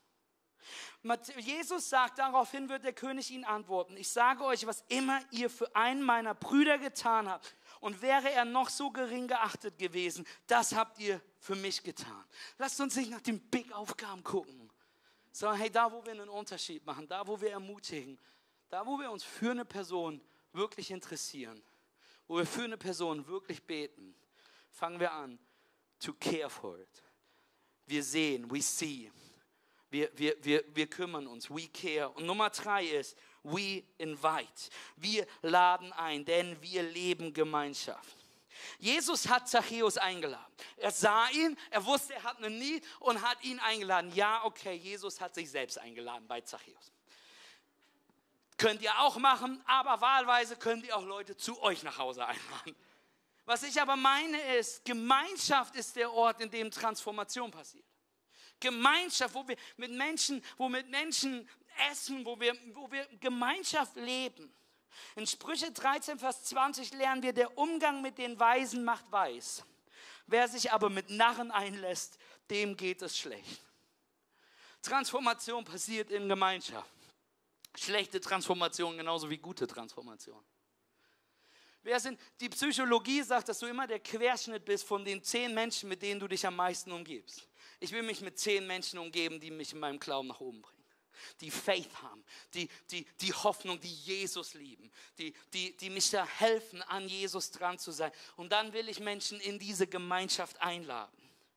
Speaker 3: Jesus sagt, daraufhin wird der König ihnen antworten: Ich sage euch, was immer ihr für einen meiner Brüder getan habt, und wäre er noch so gering geachtet gewesen, das habt ihr für mich getan. Lasst uns nicht nach den Big-Aufgaben gucken, sondern hey, da wo wir einen Unterschied machen, da wo wir ermutigen, da wo wir uns für eine Person wirklich interessieren, wo wir für eine Person wirklich beten, fangen wir an to care for it. Wir sehen, we see. Wir kümmern uns, we care. Und Nummer 3 ist, we invite. Wir laden ein, denn wir leben Gemeinschaft. Jesus hat Zachäus eingeladen. Er sah ihn, er wusste, er hat eine Need und hat ihn eingeladen. Ja, okay, Jesus hat sich selbst eingeladen bei Zachäus. Könnt ihr auch machen, aber wahlweise könnt ihr auch Leute zu euch nach Hause einladen. Was ich aber meine ist, Gemeinschaft ist der Ort, in dem Transformation passiert. Gemeinschaft, wo mit Menschen essen, wo wir Gemeinschaft leben. In Sprüche 13, Vers 20 lernen wir, der Umgang mit den Weisen macht weis. Wer sich aber mit Narren einlässt, dem geht es schlecht. Transformation passiert in Gemeinschaft. Schlechte Transformation genauso wie gute Transformation. Die Psychologie sagt, dass du immer der Querschnitt bist von den 10 Menschen, mit denen du dich am meisten umgibst. Ich will mich mit 10 Menschen umgeben, die mich in meinem Glauben nach oben bringen. Die Faith haben, die Hoffnung, die Jesus lieben, die mich da helfen, an Jesus dran zu sein. Und dann will ich Menschen in diese Gemeinschaft einladen.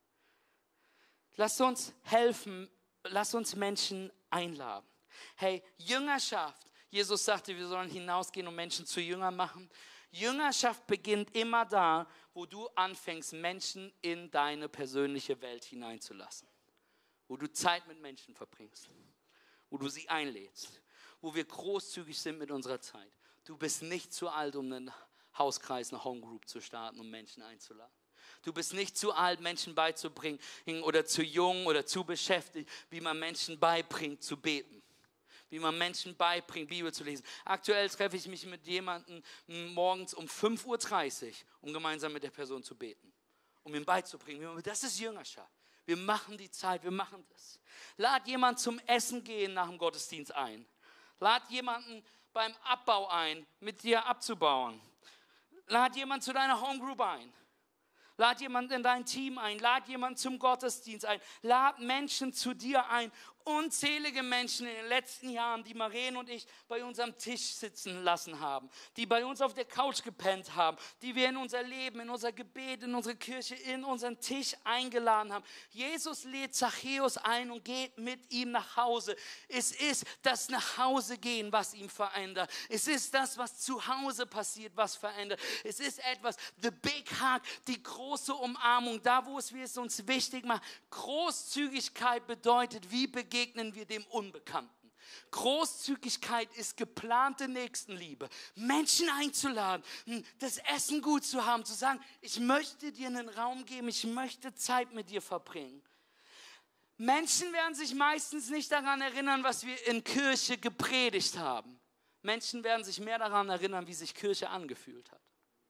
Speaker 3: Lasst uns helfen, lasst uns Menschen einladen. Hey, Jüngerschaft. Jesus sagte, wir sollen hinausgehen und Menschen zu Jüngern machen. Jüngerschaft beginnt immer da, wo du anfängst, Menschen in deine persönliche Welt hineinzulassen. Wo du Zeit mit Menschen verbringst. Wo du sie einlädst. Wo wir großzügig sind mit unserer Zeit. Du bist nicht zu alt, um einen Hauskreis, eine Homegroup zu starten, um Menschen einzuladen. Du bist nicht zu alt, Menschen beizubringen oder zu jung oder zu beschäftigt, wie man Menschen beibringt, zu beten. Wie man Menschen beibringt, Bibel zu lesen. Aktuell treffe ich mich mit jemandem morgens um 5:30 Uhr, um gemeinsam mit der Person zu beten. Um ihm beizubringen. Das ist Jüngerschaft. Wir machen die Zeit, wir machen das. Lad jemanden zum Essen gehen nach dem Gottesdienst ein. Lad jemanden beim Abbau ein, mit dir abzubauen. Lad jemanden zu deiner Homegroup ein. Lad jemanden in dein Team ein. Lad jemanden zum Gottesdienst ein. Lad Menschen zu dir ein. Unzählige Menschen in den letzten Jahren, die Maren und ich bei unserem Tisch sitzen lassen haben, die bei uns auf der Couch gepennt haben, die wir in unser Leben, in unser Gebet, in unsere Kirche, in unseren Tisch eingeladen haben. Jesus lädt Zachäus ein und geht mit ihm nach Hause. Es ist das Nachhausegehen, was ihn verändert. Es ist das, was zu Hause passiert, was verändert. Es ist etwas, the big hug, die große Umarmung, da wo es uns wichtig macht. Großzügigkeit bedeutet, wie begegnen wir dem Unbekannten. Großzügigkeit ist geplante Nächstenliebe. Menschen einzuladen, das Essen gut zu haben, zu sagen, ich möchte dir einen Raum geben, ich möchte Zeit mit dir verbringen. Menschen werden sich meistens nicht daran erinnern, was wir in Kirche gepredigt haben. Menschen werden sich mehr daran erinnern, wie sich Kirche angefühlt hat.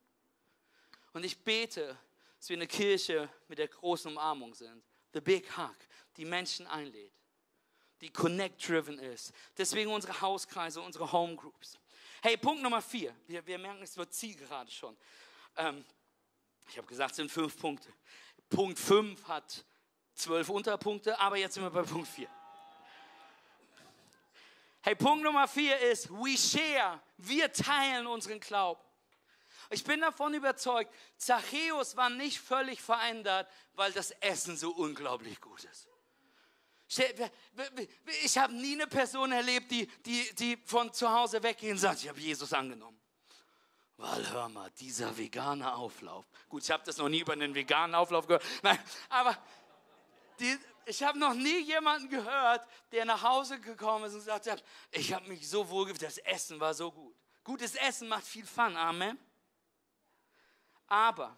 Speaker 3: Und ich bete, dass wir eine Kirche mit der großen Umarmung sind. The big hug, die Menschen einlädt. Die connect-driven ist. Deswegen unsere Hauskreise, unsere Homegroups. Hey, Punkt Nummer 4. Wir merken, es wird Ziel gerade schon. Ich habe gesagt, es sind 5 Punkte. Punkt 5 hat 12 Unterpunkte, aber jetzt sind wir bei Punkt 4. Hey, Punkt Nummer 4 ist, we share. Wir teilen unseren Glauben. Ich bin davon überzeugt, Zachäus war nicht völlig verändert, weil das Essen so unglaublich gut ist. Ich habe nie eine Person erlebt, die von zu Hause weggehen und sagt, ich habe Jesus angenommen. Weil hör mal, dieser vegane Auflauf. Gut, ich habe das noch nie über einen veganen Auflauf gehört. Nein, aber ich habe noch nie jemanden gehört, der nach Hause gekommen ist und gesagt hat, ich habe mich so wohl gefühlt, das Essen war so gut. Gutes Essen macht viel Fun, Amen. Aber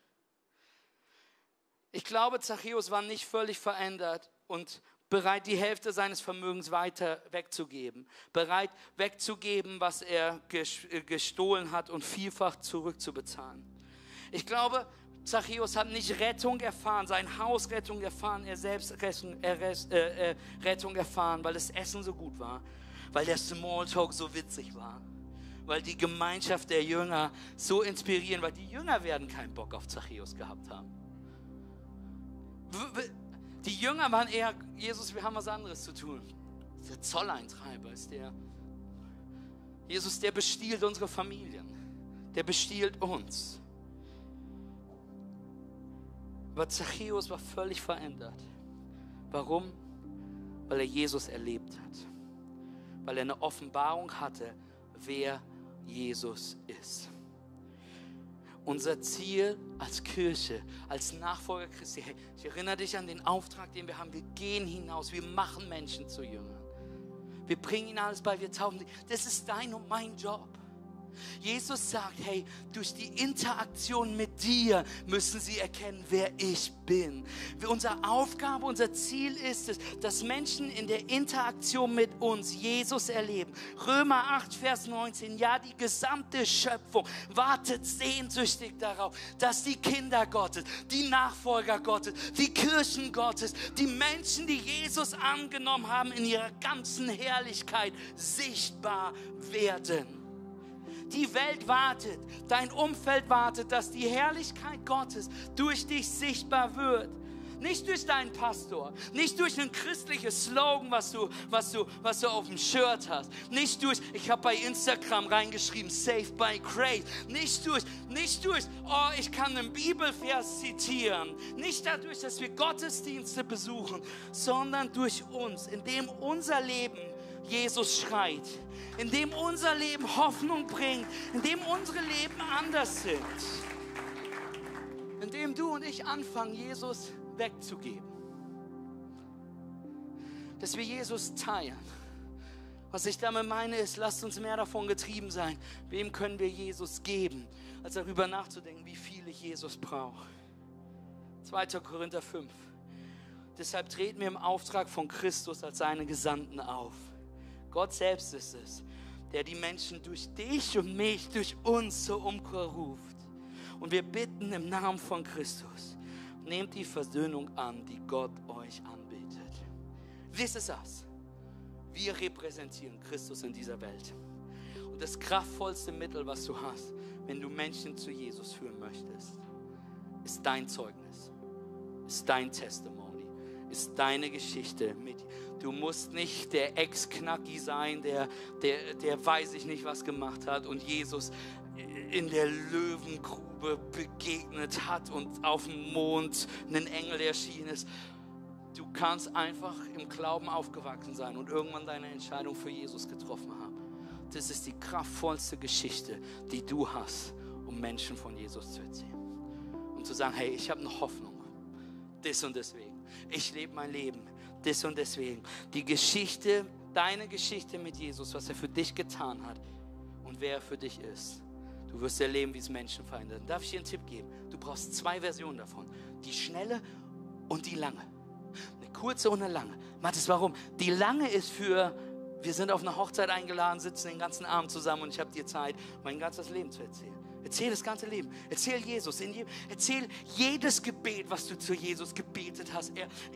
Speaker 3: ich glaube, Zachäus war nicht völlig verändert und bereit, die Hälfte seines Vermögens weiter wegzugeben. Bereit wegzugeben, was er gestohlen hat und vielfach zurückzubezahlen. Ich glaube, Zachäus hat nicht Rettung erfahren, sein Haus Rettung erfahren, er selbst Rettung erfahren, weil das Essen so gut war, weil der Smalltalk so witzig war, weil die Gemeinschaft der Jünger so inspirierend war. Die Jünger werden keinen Bock auf Zachäus gehabt haben. Die Jünger waren eher, Jesus, wir haben was anderes zu tun. Der Zolleintreiber ist der. Jesus, der bestiehlt unsere Familien. Der bestiehlt uns. Aber Zachäus war völlig verändert. Warum? Weil er Jesus erlebt hat. Weil er eine Offenbarung hatte, wer Jesus ist. Unser Ziel als Kirche, als Nachfolger Christi, hey, ich erinnere dich an den Auftrag, den wir haben. Wir gehen hinaus, wir machen Menschen zu Jüngern. Wir bringen ihnen alles bei, wir taufen sie. Das ist dein und mein Job. Jesus sagt, hey, durch die Interaktion mit dir müssen sie erkennen, wer ich bin. Unsere Aufgabe, unser Ziel ist es, dass Menschen in der Interaktion mit uns Jesus erleben. Römer 8, Vers 19, ja, die gesamte Schöpfung wartet sehnsüchtig darauf, dass die Kinder Gottes, die Nachfolger Gottes, die Kirchen Gottes, die Menschen, die Jesus angenommen haben, in ihrer ganzen Herrlichkeit sichtbar werden. Die Welt wartet, dein Umfeld wartet, dass die Herrlichkeit Gottes durch dich sichtbar wird. Nicht durch deinen Pastor, nicht durch ein christliches Slogan, was du auf dem Shirt hast. Nicht durch, ich habe bei Instagram reingeschrieben, Saved by Grace. Nicht durch, oh, ich kann einen Bibelvers zitieren. Nicht dadurch, dass wir Gottesdienste besuchen, sondern durch uns, indem unser Leben Jesus schreit, indem unser Leben Hoffnung bringt, indem unsere Leben anders sind, indem du und ich anfangen, Jesus wegzugeben, dass wir Jesus teilen. Was ich damit meine ist, lasst uns mehr davon getrieben sein, wem können wir Jesus geben, als darüber nachzudenken, wie viel ich Jesus brauche. 2. Korinther 5. Deshalb treten wir im Auftrag von Christus als seine Gesandten auf. Gott selbst ist es, der die Menschen durch dich und mich, durch uns zur Umkehr ruft. Und wir bitten im Namen von Christus, nehmt die Versöhnung an, die Gott euch anbietet. This is us. Wir repräsentieren Christus in dieser Welt. Und das kraftvollste Mittel, was du hast, wenn du Menschen zu Jesus führen möchtest, ist dein Zeugnis, ist dein Testimony, ist deine Geschichte mit dir. Du musst nicht der Ex-Knacki sein, der weiß ich nicht was gemacht hat und Jesus in der Löwengrube begegnet hat und auf dem Mond ein Engel erschienen ist. Du kannst einfach im Glauben aufgewachsen sein und irgendwann deine Entscheidung für Jesus getroffen haben. Das ist die kraftvollste Geschichte, die du hast, um Menschen von Jesus zu erzählen. Um zu sagen, hey, ich habe eine Hoffnung. Das und deswegen. Ich lebe mein Leben. Das und deswegen. Die Geschichte, deine Geschichte mit Jesus, was er für dich getan hat und wer er für dich ist. Du wirst erleben, wie es Menschen verändert. Darf ich dir einen Tipp geben? Du brauchst 2 Versionen davon. Die schnelle und die lange. Eine kurze und eine lange. Matthias, warum? Die lange ist für, wir sind auf eine Hochzeit eingeladen, sitzen den ganzen Abend zusammen und ich habe dir Zeit, mein ganzes Leben zu erzählen. Erzähl das ganze Leben. Erzähl Jesus. Erzähl jedes Gebet, was du zu Jesus gebetet hast.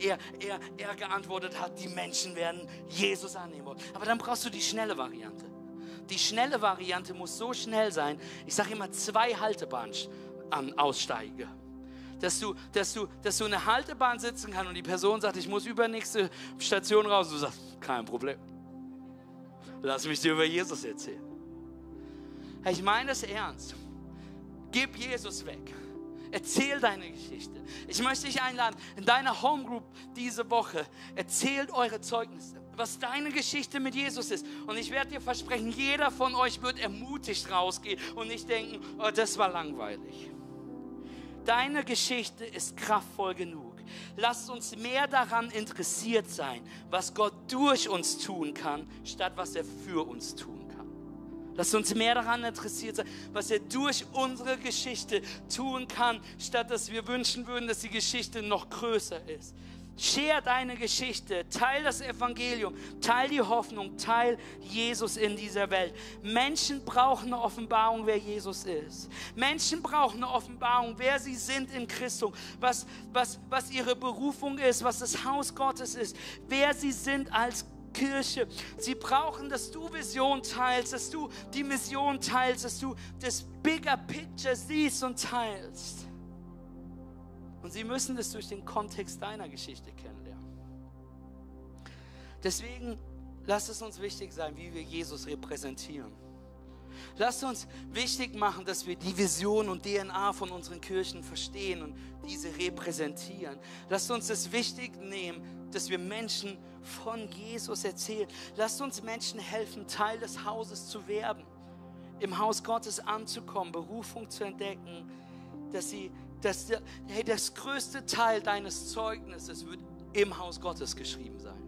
Speaker 3: Er geantwortet hat, die Menschen werden Jesus annehmen wollen. Aber dann brauchst du die schnelle Variante. Die schnelle Variante muss so schnell sein, ich sage immer 2 Haltebahnen aussteige. Dass du eine Haltebahn sitzen kannst und die Person sagt, ich muss übernächste Station raus. Und du sagst, kein Problem. Lass mich dir über Jesus erzählen. Ich meine das ernst. Gib Jesus weg. Erzähl deine Geschichte. Ich möchte dich einladen, in deiner Homegroup diese Woche, erzählt eure Zeugnisse, was deine Geschichte mit Jesus ist. Und ich werde dir versprechen, jeder von euch wird ermutigt rausgehen und nicht denken, oh, das war langweilig. Deine Geschichte ist kraftvoll genug. Lasst uns mehr daran interessiert sein, was Gott durch uns tun kann, statt was er für uns tun kann. Lasst uns mehr daran interessiert sein, was er durch unsere Geschichte tun kann, statt dass wir wünschen würden, dass die Geschichte noch größer ist. Share deine Geschichte, teil das Evangelium, teil die Hoffnung, teil Jesus in dieser Welt. Menschen brauchen eine Offenbarung, wer Jesus ist. Menschen brauchen eine Offenbarung, wer sie sind in Christus, was ihre Berufung ist, was das Haus Gottes ist, wer sie sind als Kirche. Sie brauchen, dass du Vision teilst, dass du die Mission teilst, dass du das Bigger Picture siehst und teilst. Und sie müssen das durch den Kontext deiner Geschichte kennenlernen. Deswegen lasst es uns wichtig sein, wie wir Jesus repräsentieren. Lasst uns wichtig machen, dass wir die Vision und DNA von unseren Kirchen verstehen und diese repräsentieren. Lasst uns es wichtig nehmen, dass wir Menschen von Jesus erzählen. Lasst uns Menschen helfen, Teil des Hauses zu werden, im Haus Gottes anzukommen, Berufung zu entdecken, das größte Teil deines Zeugnisses wird im Haus Gottes geschrieben sein.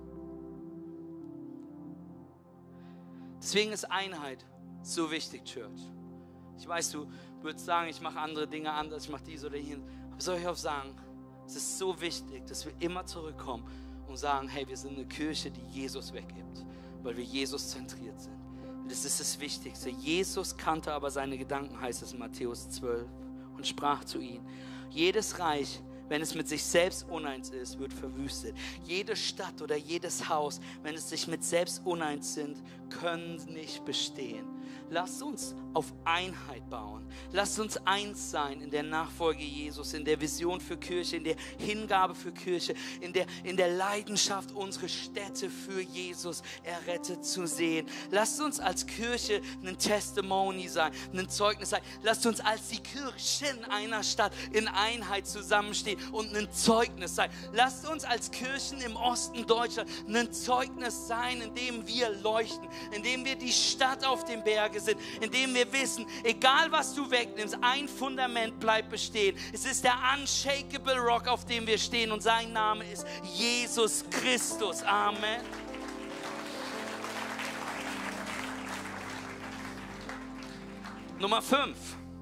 Speaker 3: Deswegen ist Einheit so wichtig, Church. Ich weiß, du würdest sagen, ich mache andere Dinge anders, ich mache dies oder jenes. Aber soll ich auch sagen, es ist so wichtig, dass wir immer zurückkommen und sagen, hey, wir sind eine Kirche, die Jesus weggibt, weil wir Jesus zentriert sind. Das ist das Wichtigste. Jesus kannte aber seine Gedanken, heißt es in Matthäus 12. Und sprach zu ihnen: Jedes Reich, wenn es mit sich selbst uneins ist, wird verwüstet. Jede Stadt oder jedes Haus, wenn es sich mit selbst uneins sind, können nicht bestehen. Lasst uns auf Einheit bauen. Lasst uns eins sein in der Nachfolge Jesus, in der Vision für Kirche, in der Hingabe für Kirche, in der Leidenschaft, unsere Städte für Jesus errettet zu sehen. Lasst uns als Kirche ein Testimony sein, ein Zeugnis sein. Lasst uns als die Kirchen einer Stadt in Einheit zusammenstehen und ein Zeugnis sein. Lasst uns als Kirchen im Osten Deutschlands ein Zeugnis sein, in dem wir leuchten, in dem wir die Stadt auf dem Berge sind, in dem wir wissen, egal was du wegnimmst, ein Fundament bleibt bestehen. Es ist der unshakable Rock, auf dem wir stehen, und sein Name ist Jesus Christus. Amen. Nummer 5.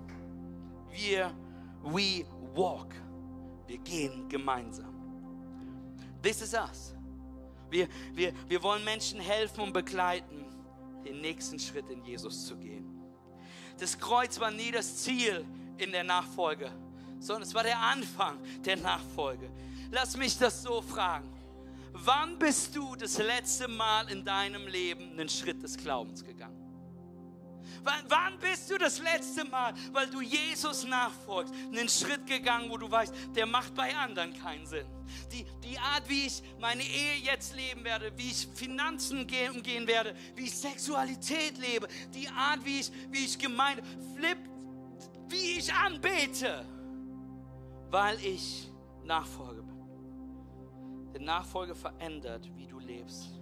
Speaker 3: We walk. Wir gehen gemeinsam. This is us. Wir wollen Menschen helfen und begleiten, den nächsten Schritt in Jesus zu gehen. Das Kreuz war nie das Ziel in der Nachfolge, sondern es war der Anfang der Nachfolge. Lass mich das so fragen. Wann bist du das letzte Mal in deinem Leben einen Schritt des Glaubens gegangen? Wann bist du das letzte Mal, weil du Jesus nachfolgst, einen Schritt gegangen, wo du weißt, der macht bei anderen keinen Sinn? Die Art, wie ich meine Ehe jetzt leben werde, wie ich Finanzen umgehen werde, wie ich Sexualität lebe, die Art, wie ich Gemeinde wie ich anbete, weil ich Nachfolge bin. Denn Nachfolge verändert, wie du lebst.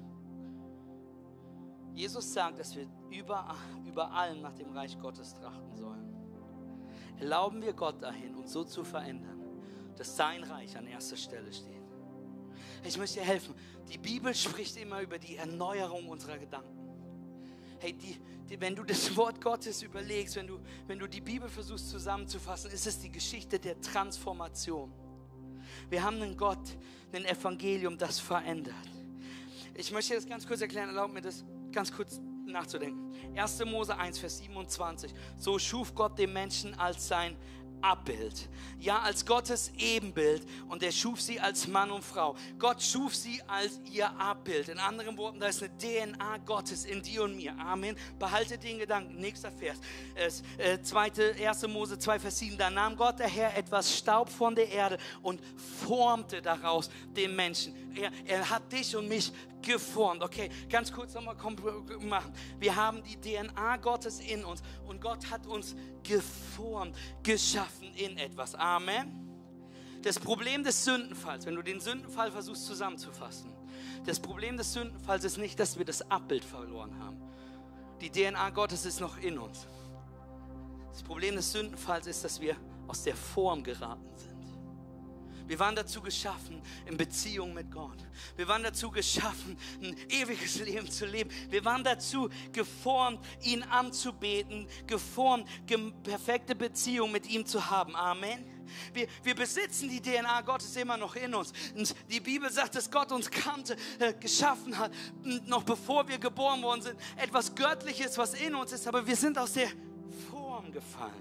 Speaker 3: Jesus sagt, dass wir über allem nach dem Reich Gottes trachten sollen. Erlauben wir Gott dahin, uns so zu verändern, dass sein Reich an erster Stelle steht. Ich möchte dir helfen. Die Bibel spricht immer über die Erneuerung unserer Gedanken. Hey, wenn du das Wort Gottes überlegst, wenn du die Bibel versuchst zusammenzufassen, ist es die Geschichte der Transformation. Wir haben einen Gott, ein Evangelium, das verändert. Ich möchte dir das ganz kurz erklären, erlaub mir das ganz kurz nachzudenken. 1. Mose 1, Vers 27. So schuf Gott den Menschen als sein Abbild, ja, als Gottes Ebenbild, und er schuf sie als Mann und Frau. Gott schuf sie als ihr Abbild. In anderen Worten, da ist eine DNA Gottes in dir und mir. Amen. Behalte den Gedanken. Nächster Vers. 1. Mose 2, Vers 7. Da nahm Gott der Herr etwas Staub von der Erde und formte daraus den Menschen. Er hat dich und mich geformt. Okay, ganz kurz nochmal machen. Wir haben die DNA Gottes in uns und Gott hat uns geformt, geschaffen in etwas. Amen. Das Problem des Sündenfalls, wenn du den Sündenfall versuchst zusammenzufassen, das Problem des Sündenfalls ist nicht, dass wir das Abbild verloren haben. Die DNA Gottes ist noch in uns. Das Problem des Sündenfalls ist, dass wir aus der Form geraten sind. Wir waren dazu geschaffen, in Beziehung mit Gott. Wir waren dazu geschaffen, ein ewiges Leben zu leben. Wir waren dazu geformt, ihn anzubeten, geformt, perfekte Beziehung mit ihm zu haben. Amen. Wir besitzen die DNA Gottes immer noch in uns. Und die Bibel sagt, dass Gott uns kannte, geschaffen hat, noch bevor wir geboren worden sind. Etwas Göttliches, was in uns ist, aber wir sind aus der Form gefallen.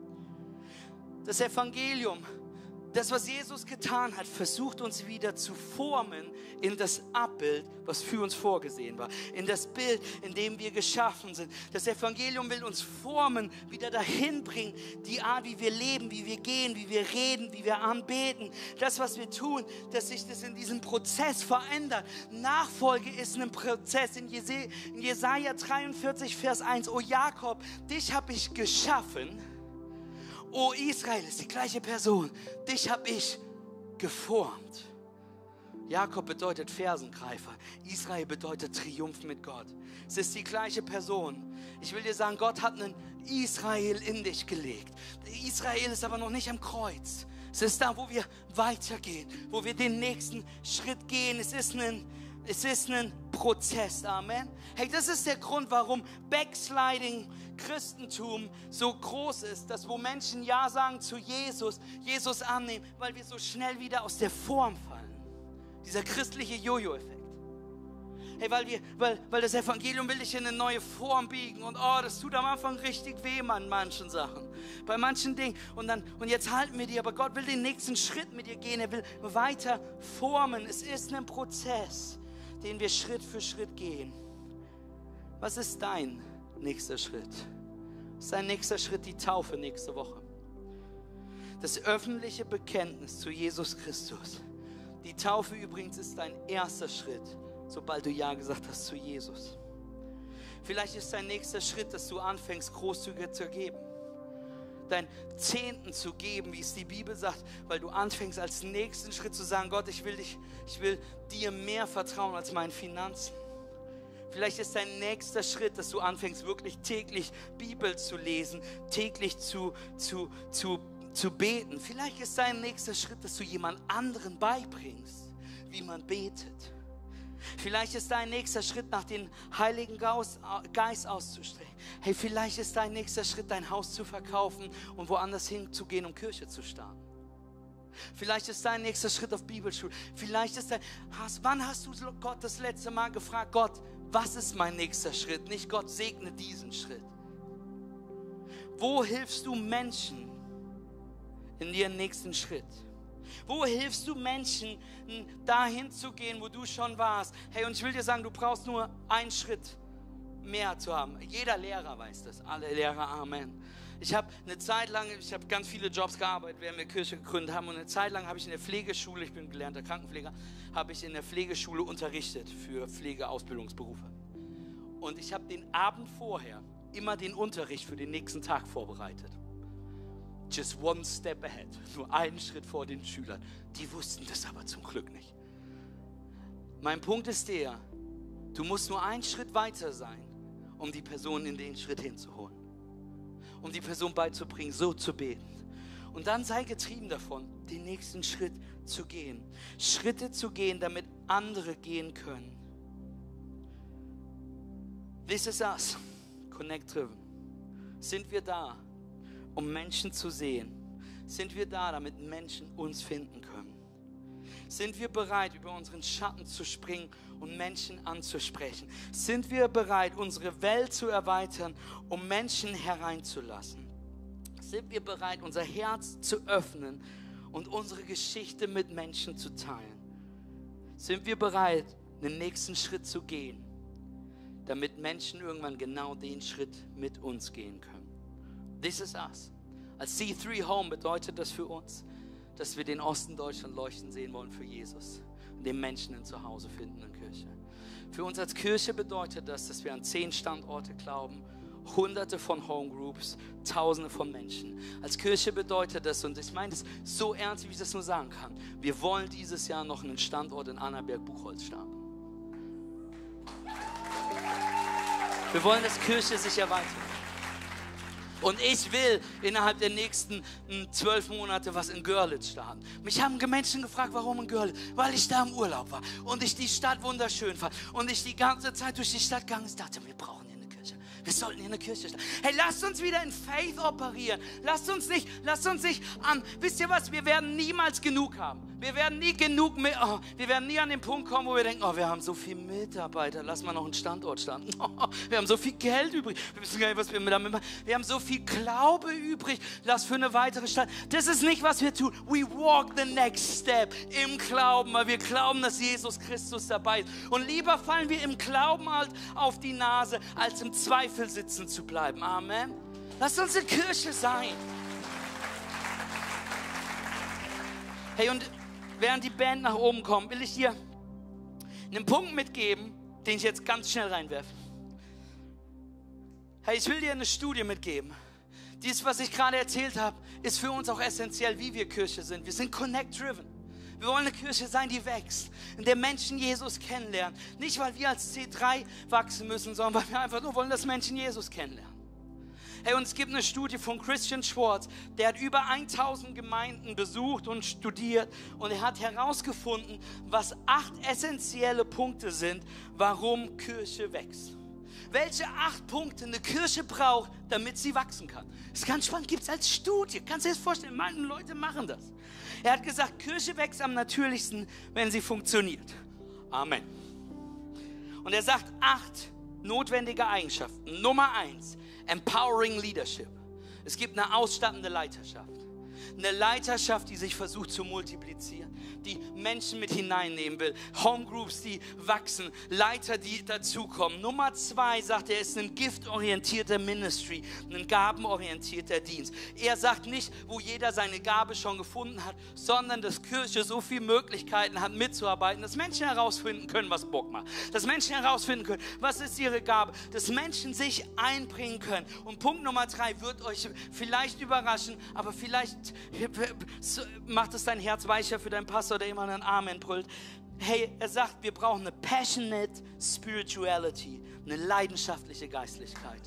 Speaker 3: Das Evangelium, das, was Jesus getan hat, versucht uns wieder zu formen in das Abbild, was für uns vorgesehen war. In das Bild, in dem wir geschaffen sind. Das Evangelium will uns formen, wieder dahin bringen, die Art, wie wir leben, wie wir gehen, wie wir reden, wie wir anbeten. Das, was wir tun, dass sich das in diesem Prozess verändert. Nachfolge ist ein Prozess. In Jesaja 43, Vers 1. O Jakob, dich habe ich geschaffen. O Israel, ist die gleiche Person. Dich habe ich geformt. Jakob bedeutet Fersengreifer. Israel bedeutet Triumph mit Gott. Es ist die gleiche Person. Ich will dir sagen, Gott hat einen Israel in dich gelegt. Israel ist aber noch nicht am Kreuz. Es ist da, wo wir weitergehen, wo wir den nächsten Schritt gehen. Es ist ein Prozess, Amen. Hey, das ist der Grund, warum Backsliding Christentum so groß ist, dass wo Menschen Ja sagen zu Jesus, Jesus annehmen, weil wir so schnell wieder aus der Form fallen. Dieser christliche Jojo-Effekt. Hey, weil das Evangelium will dich in eine neue Form biegen und das tut am Anfang richtig weh an manchen Sachen, bei manchen Dingen und jetzt halten wir die, aber Gott will den nächsten Schritt mit dir gehen, er will weiter formen. Es ist ein Prozess, den wir Schritt für Schritt gehen. Was ist dein nächster Schritt? Ist dein nächster Schritt die Taufe nächste Woche? Das öffentliche Bekenntnis zu Jesus Christus. Die Taufe übrigens ist dein erster Schritt, sobald du Ja gesagt hast zu Jesus. Vielleicht ist dein nächster Schritt, dass du anfängst, großzügiger zu geben. Dein Zehnten zu geben, wie es die Bibel sagt, weil du anfängst als nächsten Schritt zu sagen, Gott, ich will dir mehr vertrauen als meinen Finanzen. Vielleicht ist dein nächster Schritt, dass du anfängst, wirklich täglich Bibel zu lesen, täglich zu beten. Vielleicht ist dein nächster Schritt, dass du jemand anderen beibringst, wie man betet. Vielleicht ist dein nächster Schritt, nach dem Heiligen Geist auszustrecken. Hey, vielleicht ist dein nächster Schritt, dein Haus zu verkaufen und woanders hinzugehen, um Kirche zu starten. Vielleicht ist dein nächster Schritt auf Bibelschule. Vielleicht ist wann hast du Gott das letzte Mal gefragt, Gott, was ist mein nächster Schritt? Nicht Gott segne diesen Schritt. Wo hilfst du Menschen in ihren nächsten Schritt? Wo hilfst du Menschen, dahin zu gehen, wo du schon warst? Hey, und ich will dir sagen, du brauchst nur einen Schritt mehr zu haben. Jeder Lehrer weiß das. Alle Lehrer, Amen. Ich habe eine Zeit lang, ganz viele Jobs gearbeitet, während wir Kirche gegründet haben. Und eine Zeit lang habe ich in der Pflegeschule, ich bin gelernter Krankenpfleger, habe ich in der Pflegeschule unterrichtet für Pflegeausbildungsberufe. Und ich habe den Abend vorher immer den Unterricht für den nächsten Tag vorbereitet. Just one step ahead. Nur einen Schritt vor den Schülern. Die wussten das aber zum Glück nicht. Mein Punkt ist der, du musst nur einen Schritt weiter sein, um die Person in den Schritt hinzuholen. Um die Person beizubringen, so zu beten. Und dann sei getrieben davon, den nächsten Schritt zu gehen. Schritte zu gehen, damit andere gehen können. This is us, Connect Driven. Sind wir da, um Menschen zu sehen? Sind wir da, damit Menschen uns finden können? Sind wir bereit, über unseren Schatten zu springen und Menschen anzusprechen? Sind wir bereit, unsere Welt zu erweitern, um Menschen hereinzulassen? Sind wir bereit, unser Herz zu öffnen und unsere Geschichte mit Menschen zu teilen? Sind wir bereit, den nächsten Schritt zu gehen, damit Menschen irgendwann genau den Schritt mit uns gehen können? This is us. Als C3 Home bedeutet das für uns, dass wir den Osten Deutschland leuchten sehen wollen für Jesus und den Menschen ein Zuhause finden in der Kirche. Für uns als Kirche bedeutet das, dass wir an 10 Standorte glauben, Hunderte von Homegroups, Tausende von Menschen. Als Kirche bedeutet das, und ich meine das so ernst, wie ich das nur sagen kann, wir wollen dieses Jahr noch einen Standort in Annaberg-Buchholz starten. Wir wollen, dass Kirche sich erweitert. Und ich will innerhalb der nächsten 12 Monate was in Görlitz starten. Mich haben Menschen gefragt, warum in Görlitz? Weil ich da im Urlaub war und ich die Stadt wunderschön fand und ich die ganze Zeit durch die Stadt gegangen und dachte, wir brauchen hier eine Kirche. Wir sollten hier eine Kirche starten. Hey, lasst uns wieder in Faith operieren. Lasst uns nicht wisst ihr was, wir werden niemals genug haben. Wir werden nie an den Punkt kommen, wo wir denken, wir haben so viele Mitarbeiter, lass mal noch einen Standort starten. Wir haben so viel Geld übrig, wir wissen gar nicht, was wir damit machen. Wir haben so viel Glaube übrig, lass für eine weitere Stadt. Das ist nicht, was wir tun. We walk the next step im Glauben, weil wir glauben, dass Jesus Christus dabei ist. Und lieber fallen wir im Glauben halt auf die Nase, als im Zweifel sitzen zu bleiben. Amen. Lasst uns eine Kirche sein. Hey, und während die Band nach oben kommt, will ich dir einen Punkt mitgeben, den ich jetzt ganz schnell reinwerfe. Hey, ich will dir eine Studie mitgeben. Dies, was ich gerade erzählt habe, ist für uns auch essentiell, wie wir Kirche sind. Wir sind connect-driven. Wir wollen eine Kirche sein, die wächst, in der Menschen Jesus kennenlernen. Nicht, weil wir als C3 wachsen müssen, sondern weil wir einfach nur wollen, dass Menschen Jesus kennenlernen. Hey, und es gibt eine Studie von Christian Schwartz, der hat über 1000 Gemeinden besucht und studiert und er hat herausgefunden, was 8 essentielle Punkte sind, warum Kirche wächst. Welche 8 Punkte eine Kirche braucht, damit sie wachsen kann. Das ist ganz spannend, gibt es als Studie. Kannst du dir das vorstellen? Manche Leute machen das. Er hat gesagt, Kirche wächst am natürlichsten, wenn sie funktioniert. Amen. Und er sagt 8 notwendige Eigenschaften. Nummer 1. Empowering Leadership. Es gibt eine ausstattende Leiterschaft. Eine Leiterschaft, die sich versucht zu multiplizieren, die Menschen mit hineinnehmen will. Homegroups, die wachsen, Leiter, die dazukommen. Nummer 2, sagt er, ist ein giftorientierter Ministry, ein gabenorientierter Dienst. Er sagt nicht, wo jeder seine Gabe schon gefunden hat, sondern dass Kirche so viele Möglichkeiten hat, mitzuarbeiten, dass Menschen herausfinden können, was Bock macht. Dass Menschen herausfinden können, was ist ihre Gabe. Dass Menschen sich einbringen können. Und Punkt Nummer 3 wird euch vielleicht überraschen, aber vielleicht macht es dein Herz weicher für deinen Pastor, der immer einen Amen brüllt. Hey, er sagt, wir brauchen eine passionate Spirituality, eine leidenschaftliche Geistlichkeit.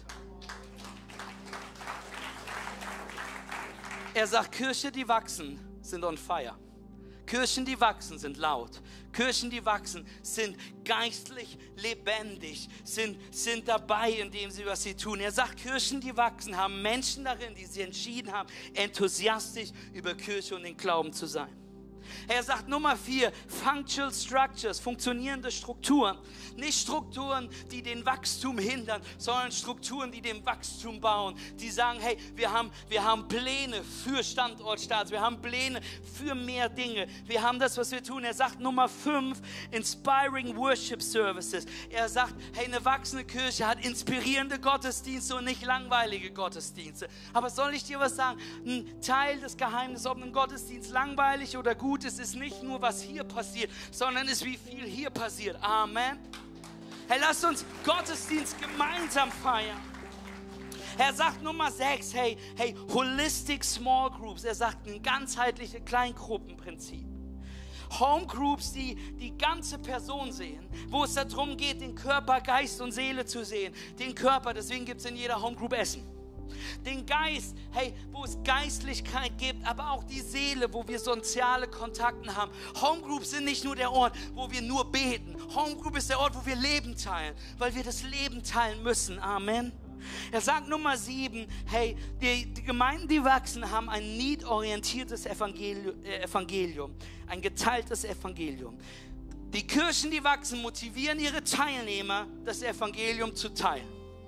Speaker 3: Er sagt, Kirche, die wachsen, sind on fire. Kirchen, die wachsen, sind laut. Kirchen, die wachsen, sind geistlich lebendig, sind dabei, indem sie was sie tun. Er sagt, Kirchen, die wachsen, haben Menschen darin, die sich entschieden haben, enthusiastisch über Kirche und den Glauben zu sein. Er sagt Nummer 4, Functional Structures, funktionierende Strukturen. Nicht Strukturen, die den Wachstum hindern, sondern Strukturen, die dem Wachstum bauen. Die sagen, hey, wir haben Pläne für Standortstarts, wir haben Pläne für mehr Dinge. Wir haben das, was wir tun. Er sagt Nummer 5, Inspiring Worship Services. Er sagt, hey, eine wachsende Kirche hat inspirierende Gottesdienste und nicht langweilige Gottesdienste. Aber soll ich dir was sagen? Ein Teil des Geheimnisses, ob ein Gottesdienst langweilig oder gut ist, ist nicht nur, was hier passiert, sondern ist, wie viel hier passiert. Amen. Hey, lasst uns Gottesdienst gemeinsam feiern. Er sagt Nummer 6, hey, Holistic Small Groups. Er sagt ein ganzheitliches Kleingruppenprinzip. Homegroups, die die ganze Person sehen, wo es darum geht, den Körper, Geist und Seele zu sehen. Den Körper, deswegen gibt es in jeder Homegroup Essen. Den Geist, hey, wo es Geistlichkeit gibt, aber auch die Seele, wo wir soziale Kontakte haben. Homegroups sind nicht nur der Ort, wo wir nur beten. Homegroup ist der Ort, wo wir Leben teilen, weil wir das Leben teilen müssen. Amen. Er sagt Nummer 7, hey, die Gemeinden, die wachsen, haben ein need-orientiertes Evangelium, ein geteiltes Evangelium. Die Kirchen, die wachsen, motivieren ihre Teilnehmer, das Evangelium zu teilen.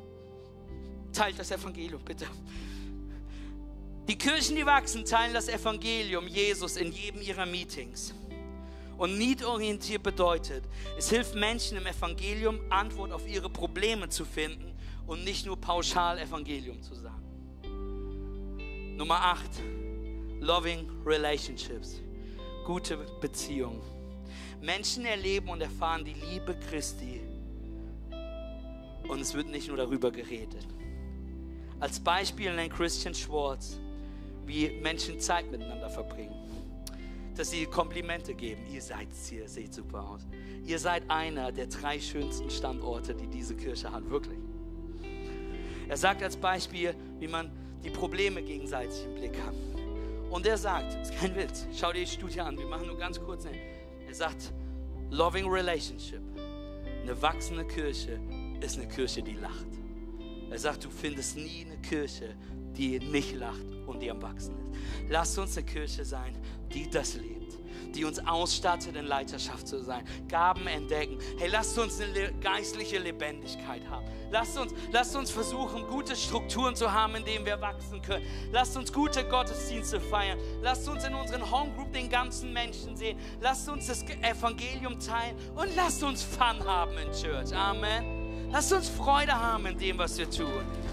Speaker 3: Teilt das Evangelium, bitte. Die Kirchen, die wachsen, teilen das Evangelium Jesus in jedem ihrer Meetings. Und need-orientiert bedeutet, es hilft Menschen im Evangelium, Antwort auf ihre Probleme zu finden und nicht nur pauschal Evangelium zu sagen. Nummer 8, Loving Relationships, gute Beziehungen. Menschen erleben und erfahren die Liebe Christi und es wird nicht nur darüber geredet. Als Beispiel nennt Christian Schwartz, wie Menschen Zeit miteinander verbringen. Dass sie Komplimente geben. Ihr seht super aus. Ihr seid einer der 3 schönsten Standorte, die diese Kirche hat, wirklich. Er sagt als Beispiel, wie man die Probleme gegenseitig im Blick hat. Und er sagt, das ist kein Witz, schau dir die Studie an, wir machen nur ganz kurz. Er sagt, loving relationship, eine wachsende Kirche ist eine Kirche, die lacht. Er sagt, du findest nie eine Kirche, die nicht lacht und die am Wachsen ist. Lasst uns eine Kirche sein, die das lebt, die uns ausstattet, in Leiterschaft zu sein, Gaben entdecken. Hey, lasst uns eine geistliche Lebendigkeit haben. Lasst uns versuchen, gute Strukturen zu haben, in denen wir wachsen können. Lasst uns gute Gottesdienste feiern. Lasst uns in unseren Homegroup den ganzen Menschen sehen. Lasst uns das Evangelium teilen und lasst uns Fun haben in Church. Amen. Lasst uns Freude haben in dem, was wir tun.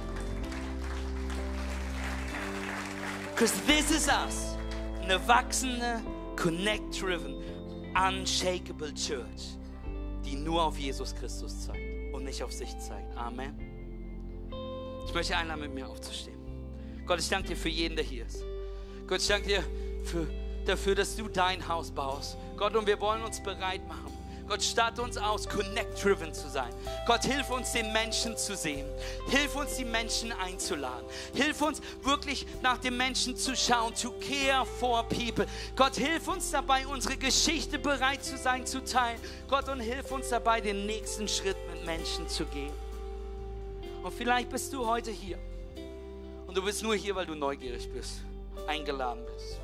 Speaker 3: Because this is us. Eine wachsende, connect-driven, unshakable Church, die nur auf Jesus Christus zeigt und nicht auf sich zeigt. Amen. Ich möchte einladen, mit mir aufzustehen. Gott, ich danke dir für jeden, der hier ist. Gott, ich danke dir dafür, dass du dein Haus baust. Gott, und wir wollen uns bereit machen. Gott, starte uns aus, connect-driven zu sein. Gott, hilf uns, den Menschen zu sehen. Hilf uns, die Menschen einzuladen. Hilf uns, wirklich nach den Menschen zu schauen, to care for people. Gott, hilf uns dabei, unsere Geschichte bereit zu sein, zu teilen. Gott, und hilf uns dabei, den nächsten Schritt mit Menschen zu gehen. Und vielleicht bist du heute hier. Und du bist nur hier, weil du neugierig bist, eingeladen bist.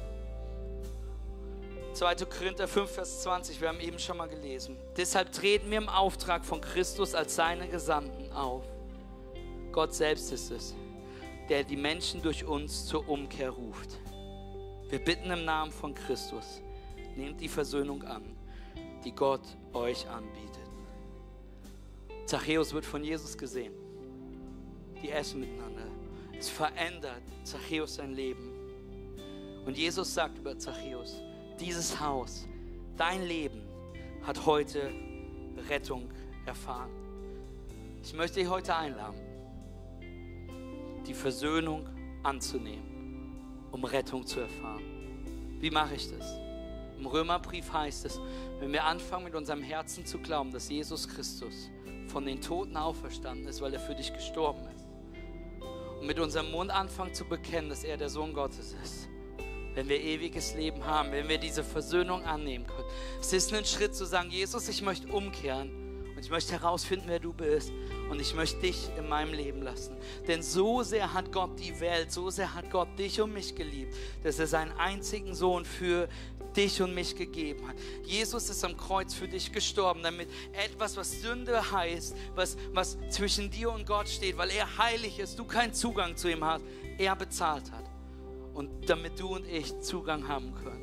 Speaker 3: 2. Korinther 5, Vers 20, wir haben eben schon mal gelesen. Deshalb treten wir im Auftrag von Christus als seine Gesandten auf. Gott selbst ist es, der die Menschen durch uns zur Umkehr ruft. Wir bitten im Namen von Christus, nehmt die Versöhnung an, die Gott euch anbietet. Zachäus wird von Jesus gesehen. Die essen miteinander. Es verändert Zachäus sein Leben. Und Jesus sagt über Zachäus, dieses Haus, dein Leben hat heute Rettung erfahren. Ich möchte dich heute einladen, die Versöhnung anzunehmen, um Rettung zu erfahren. Wie mache ich das? Im Römerbrief heißt es, wenn wir anfangen mit unserem Herzen zu glauben, dass Jesus Christus von den Toten auferstanden ist, weil er für dich gestorben ist, und mit unserem Mund anfangen zu bekennen, dass er der Sohn Gottes ist, wenn wir ewiges Leben haben, wenn wir diese Versöhnung annehmen können. Es ist ein Schritt zu sagen, Jesus, ich möchte umkehren und ich möchte herausfinden, wer du bist und ich möchte dich in meinem Leben lassen. Denn so sehr hat Gott die Welt, so sehr hat Gott dich und mich geliebt, dass er seinen einzigen Sohn für dich und mich gegeben hat. Jesus ist am Kreuz für dich gestorben, damit etwas, was Sünde heißt, was zwischen dir und Gott steht, weil er heilig ist, du keinen Zugang zu ihm hast, er bezahlt hat. Und damit du und ich Zugang haben können.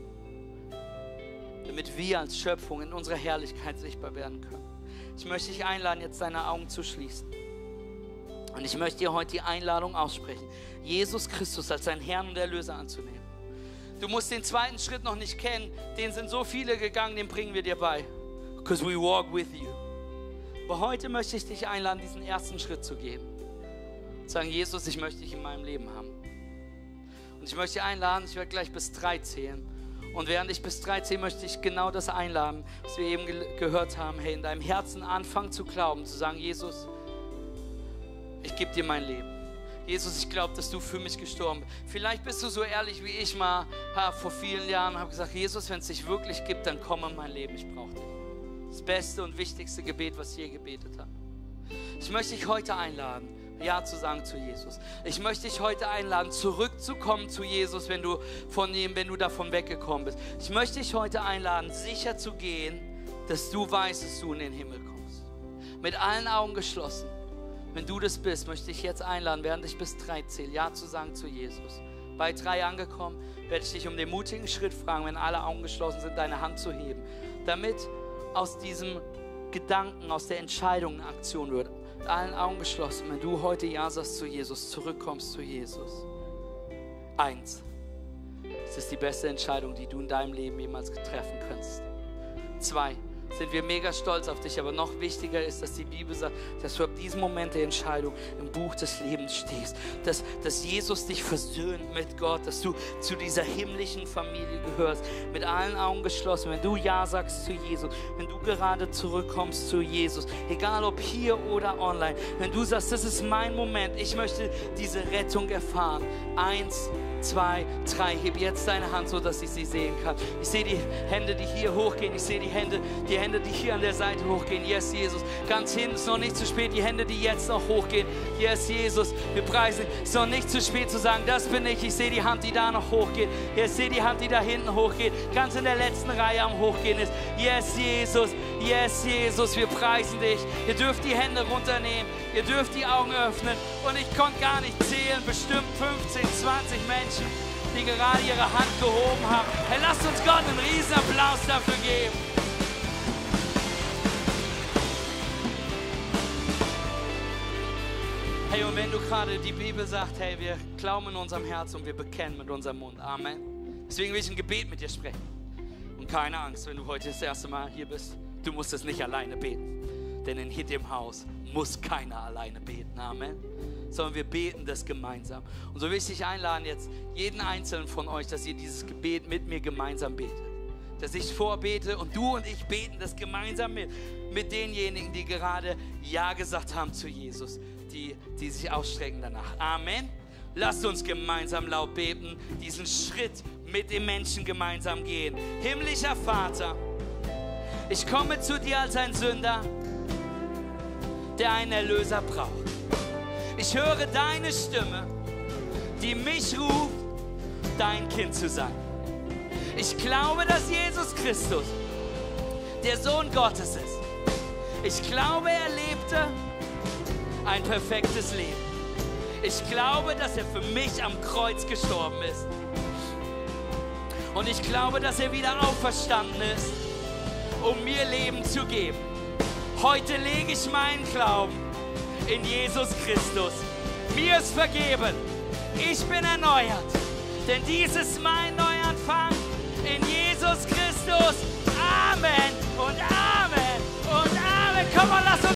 Speaker 3: Damit wir als Schöpfung in unserer Herrlichkeit sichtbar werden können. Ich möchte dich einladen, jetzt deine Augen zu schließen. Und ich möchte dir heute die Einladung aussprechen, Jesus Christus als deinen Herrn und Erlöser anzunehmen. Du musst den zweiten Schritt noch nicht kennen, den sind so viele gegangen, den bringen wir dir bei. Because we walk with you. Aber heute möchte ich dich einladen, diesen ersten Schritt zu gehen. Und sagen, Jesus, ich möchte dich in meinem Leben haben. Und ich möchte dich einladen, ich werde gleich bis 3 zählen. Und während ich bis 3 zähle, möchte ich genau das einladen, was wir eben gehört haben. Hey, in deinem Herzen anfangen zu glauben, zu sagen, Jesus, ich gebe dir mein Leben. Jesus, ich glaube, dass du für mich gestorben bist. Vielleicht bist du so ehrlich wie ich mal vor vielen Jahren habe gesagt, Jesus, wenn es dich wirklich gibt, dann komm in mein Leben, ich brauche dich. Das beste und wichtigste Gebet, was ich je gebetet habe. Ich möchte dich heute einladen, Ja zu sagen zu Jesus. Ich möchte dich heute einladen, zurückzukommen zu Jesus, wenn du davon weggekommen bist. Ich möchte dich heute einladen, sicher zu gehen, dass du weißt, dass du in den Himmel kommst. Mit allen Augen geschlossen. Wenn du das bist, möchte ich jetzt einladen, während ich bis 3 zähle, Ja zu sagen zu Jesus. Bei 3 angekommen, werde ich dich um den mutigen Schritt fragen, wenn alle Augen geschlossen sind, deine Hand zu heben. Damit aus diesem Gedanken, aus der Entscheidung eine Aktion wird. Mit allen Augen geschlossen, wenn du heute Ja sagst zu Jesus, zurückkommst zu Jesus. 1. Es ist die beste Entscheidung, die du in deinem Leben jemals treffen kannst. 2. sind wir mega stolz auf dich. Aber noch wichtiger ist, dass die Bibel sagt, dass du ab diesem Moment der Entscheidung im Buch des Lebens stehst. Dass Jesus dich versöhnt mit Gott, dass du zu dieser himmlischen Familie gehörst, mit allen Augen geschlossen. Wenn du Ja sagst zu Jesus, wenn du gerade zurückkommst zu Jesus, egal ob hier oder online, wenn du sagst, das ist mein Moment, ich möchte diese Rettung erfahren. 1, 2, 3, heb jetzt deine Hand, so dass ich sie sehen kann. Ich sehe die Hände, die hier hochgehen. Ich sehe die Hände, die hier an der Seite hochgehen. Yes, Jesus. Ganz hinten ist noch nicht zu spät. Die Hände, die jetzt noch hochgehen. Yes, Jesus. Wir preisen dich. Es ist noch nicht zu spät zu sagen, das bin ich. Ich sehe die Hand, die da noch hochgeht. Ich sehe die Hand, die da hinten hochgeht. Ganz in der letzten Reihe am Hochgehen ist. Yes, Jesus. Yes, Jesus. Wir preisen dich. Ihr dürft die Hände runternehmen. Ihr dürft die Augen öffnen. Und ich konnte gar nicht zählen. Bestimmt 15, 20 Menschen, die gerade ihre Hand gehoben haben. Hey, lasst uns Gott einen riesen Applaus dafür geben. Hey, und wenn du gerade die Bibel sagt, hey, wir glauben in unserem Herzen und wir bekennen mit unserem Mund. Amen. Deswegen will ich ein Gebet mit dir sprechen. Und keine Angst, wenn du heute das erste Mal hier bist, du musst es nicht alleine beten. Denn in dem Haus muss keiner alleine beten. Amen. Sondern wir beten das gemeinsam. Und so will ich dich einladen jetzt, jeden Einzelnen von euch, dass ihr dieses Gebet mit mir gemeinsam betet. Dass ich vorbete und du und ich beten das gemeinsam mit denjenigen, die gerade Ja gesagt haben zu Jesus, die sich ausstrecken danach. Amen. Lasst uns gemeinsam laut beten, diesen Schritt mit dem Menschen gemeinsam gehen. Himmlischer Vater, ich komme zu dir als ein Sünder, der einen Erlöser braucht. Ich höre deine Stimme, die mich ruft, dein Kind zu sein. Ich glaube, dass Jesus Christus der Sohn Gottes ist. Ich glaube, er lebte ein perfektes Leben. Ich glaube, dass er für mich am Kreuz gestorben ist. Und ich glaube, dass er wieder auferstanden ist, um mir Leben zu geben. Heute lege ich meinen Glauben in Jesus Christus. Mir ist vergeben. Ich bin erneuert. Denn dies ist mein Neuanfang in Jesus Christus. Amen und Amen und Amen. Komm mal, lass uns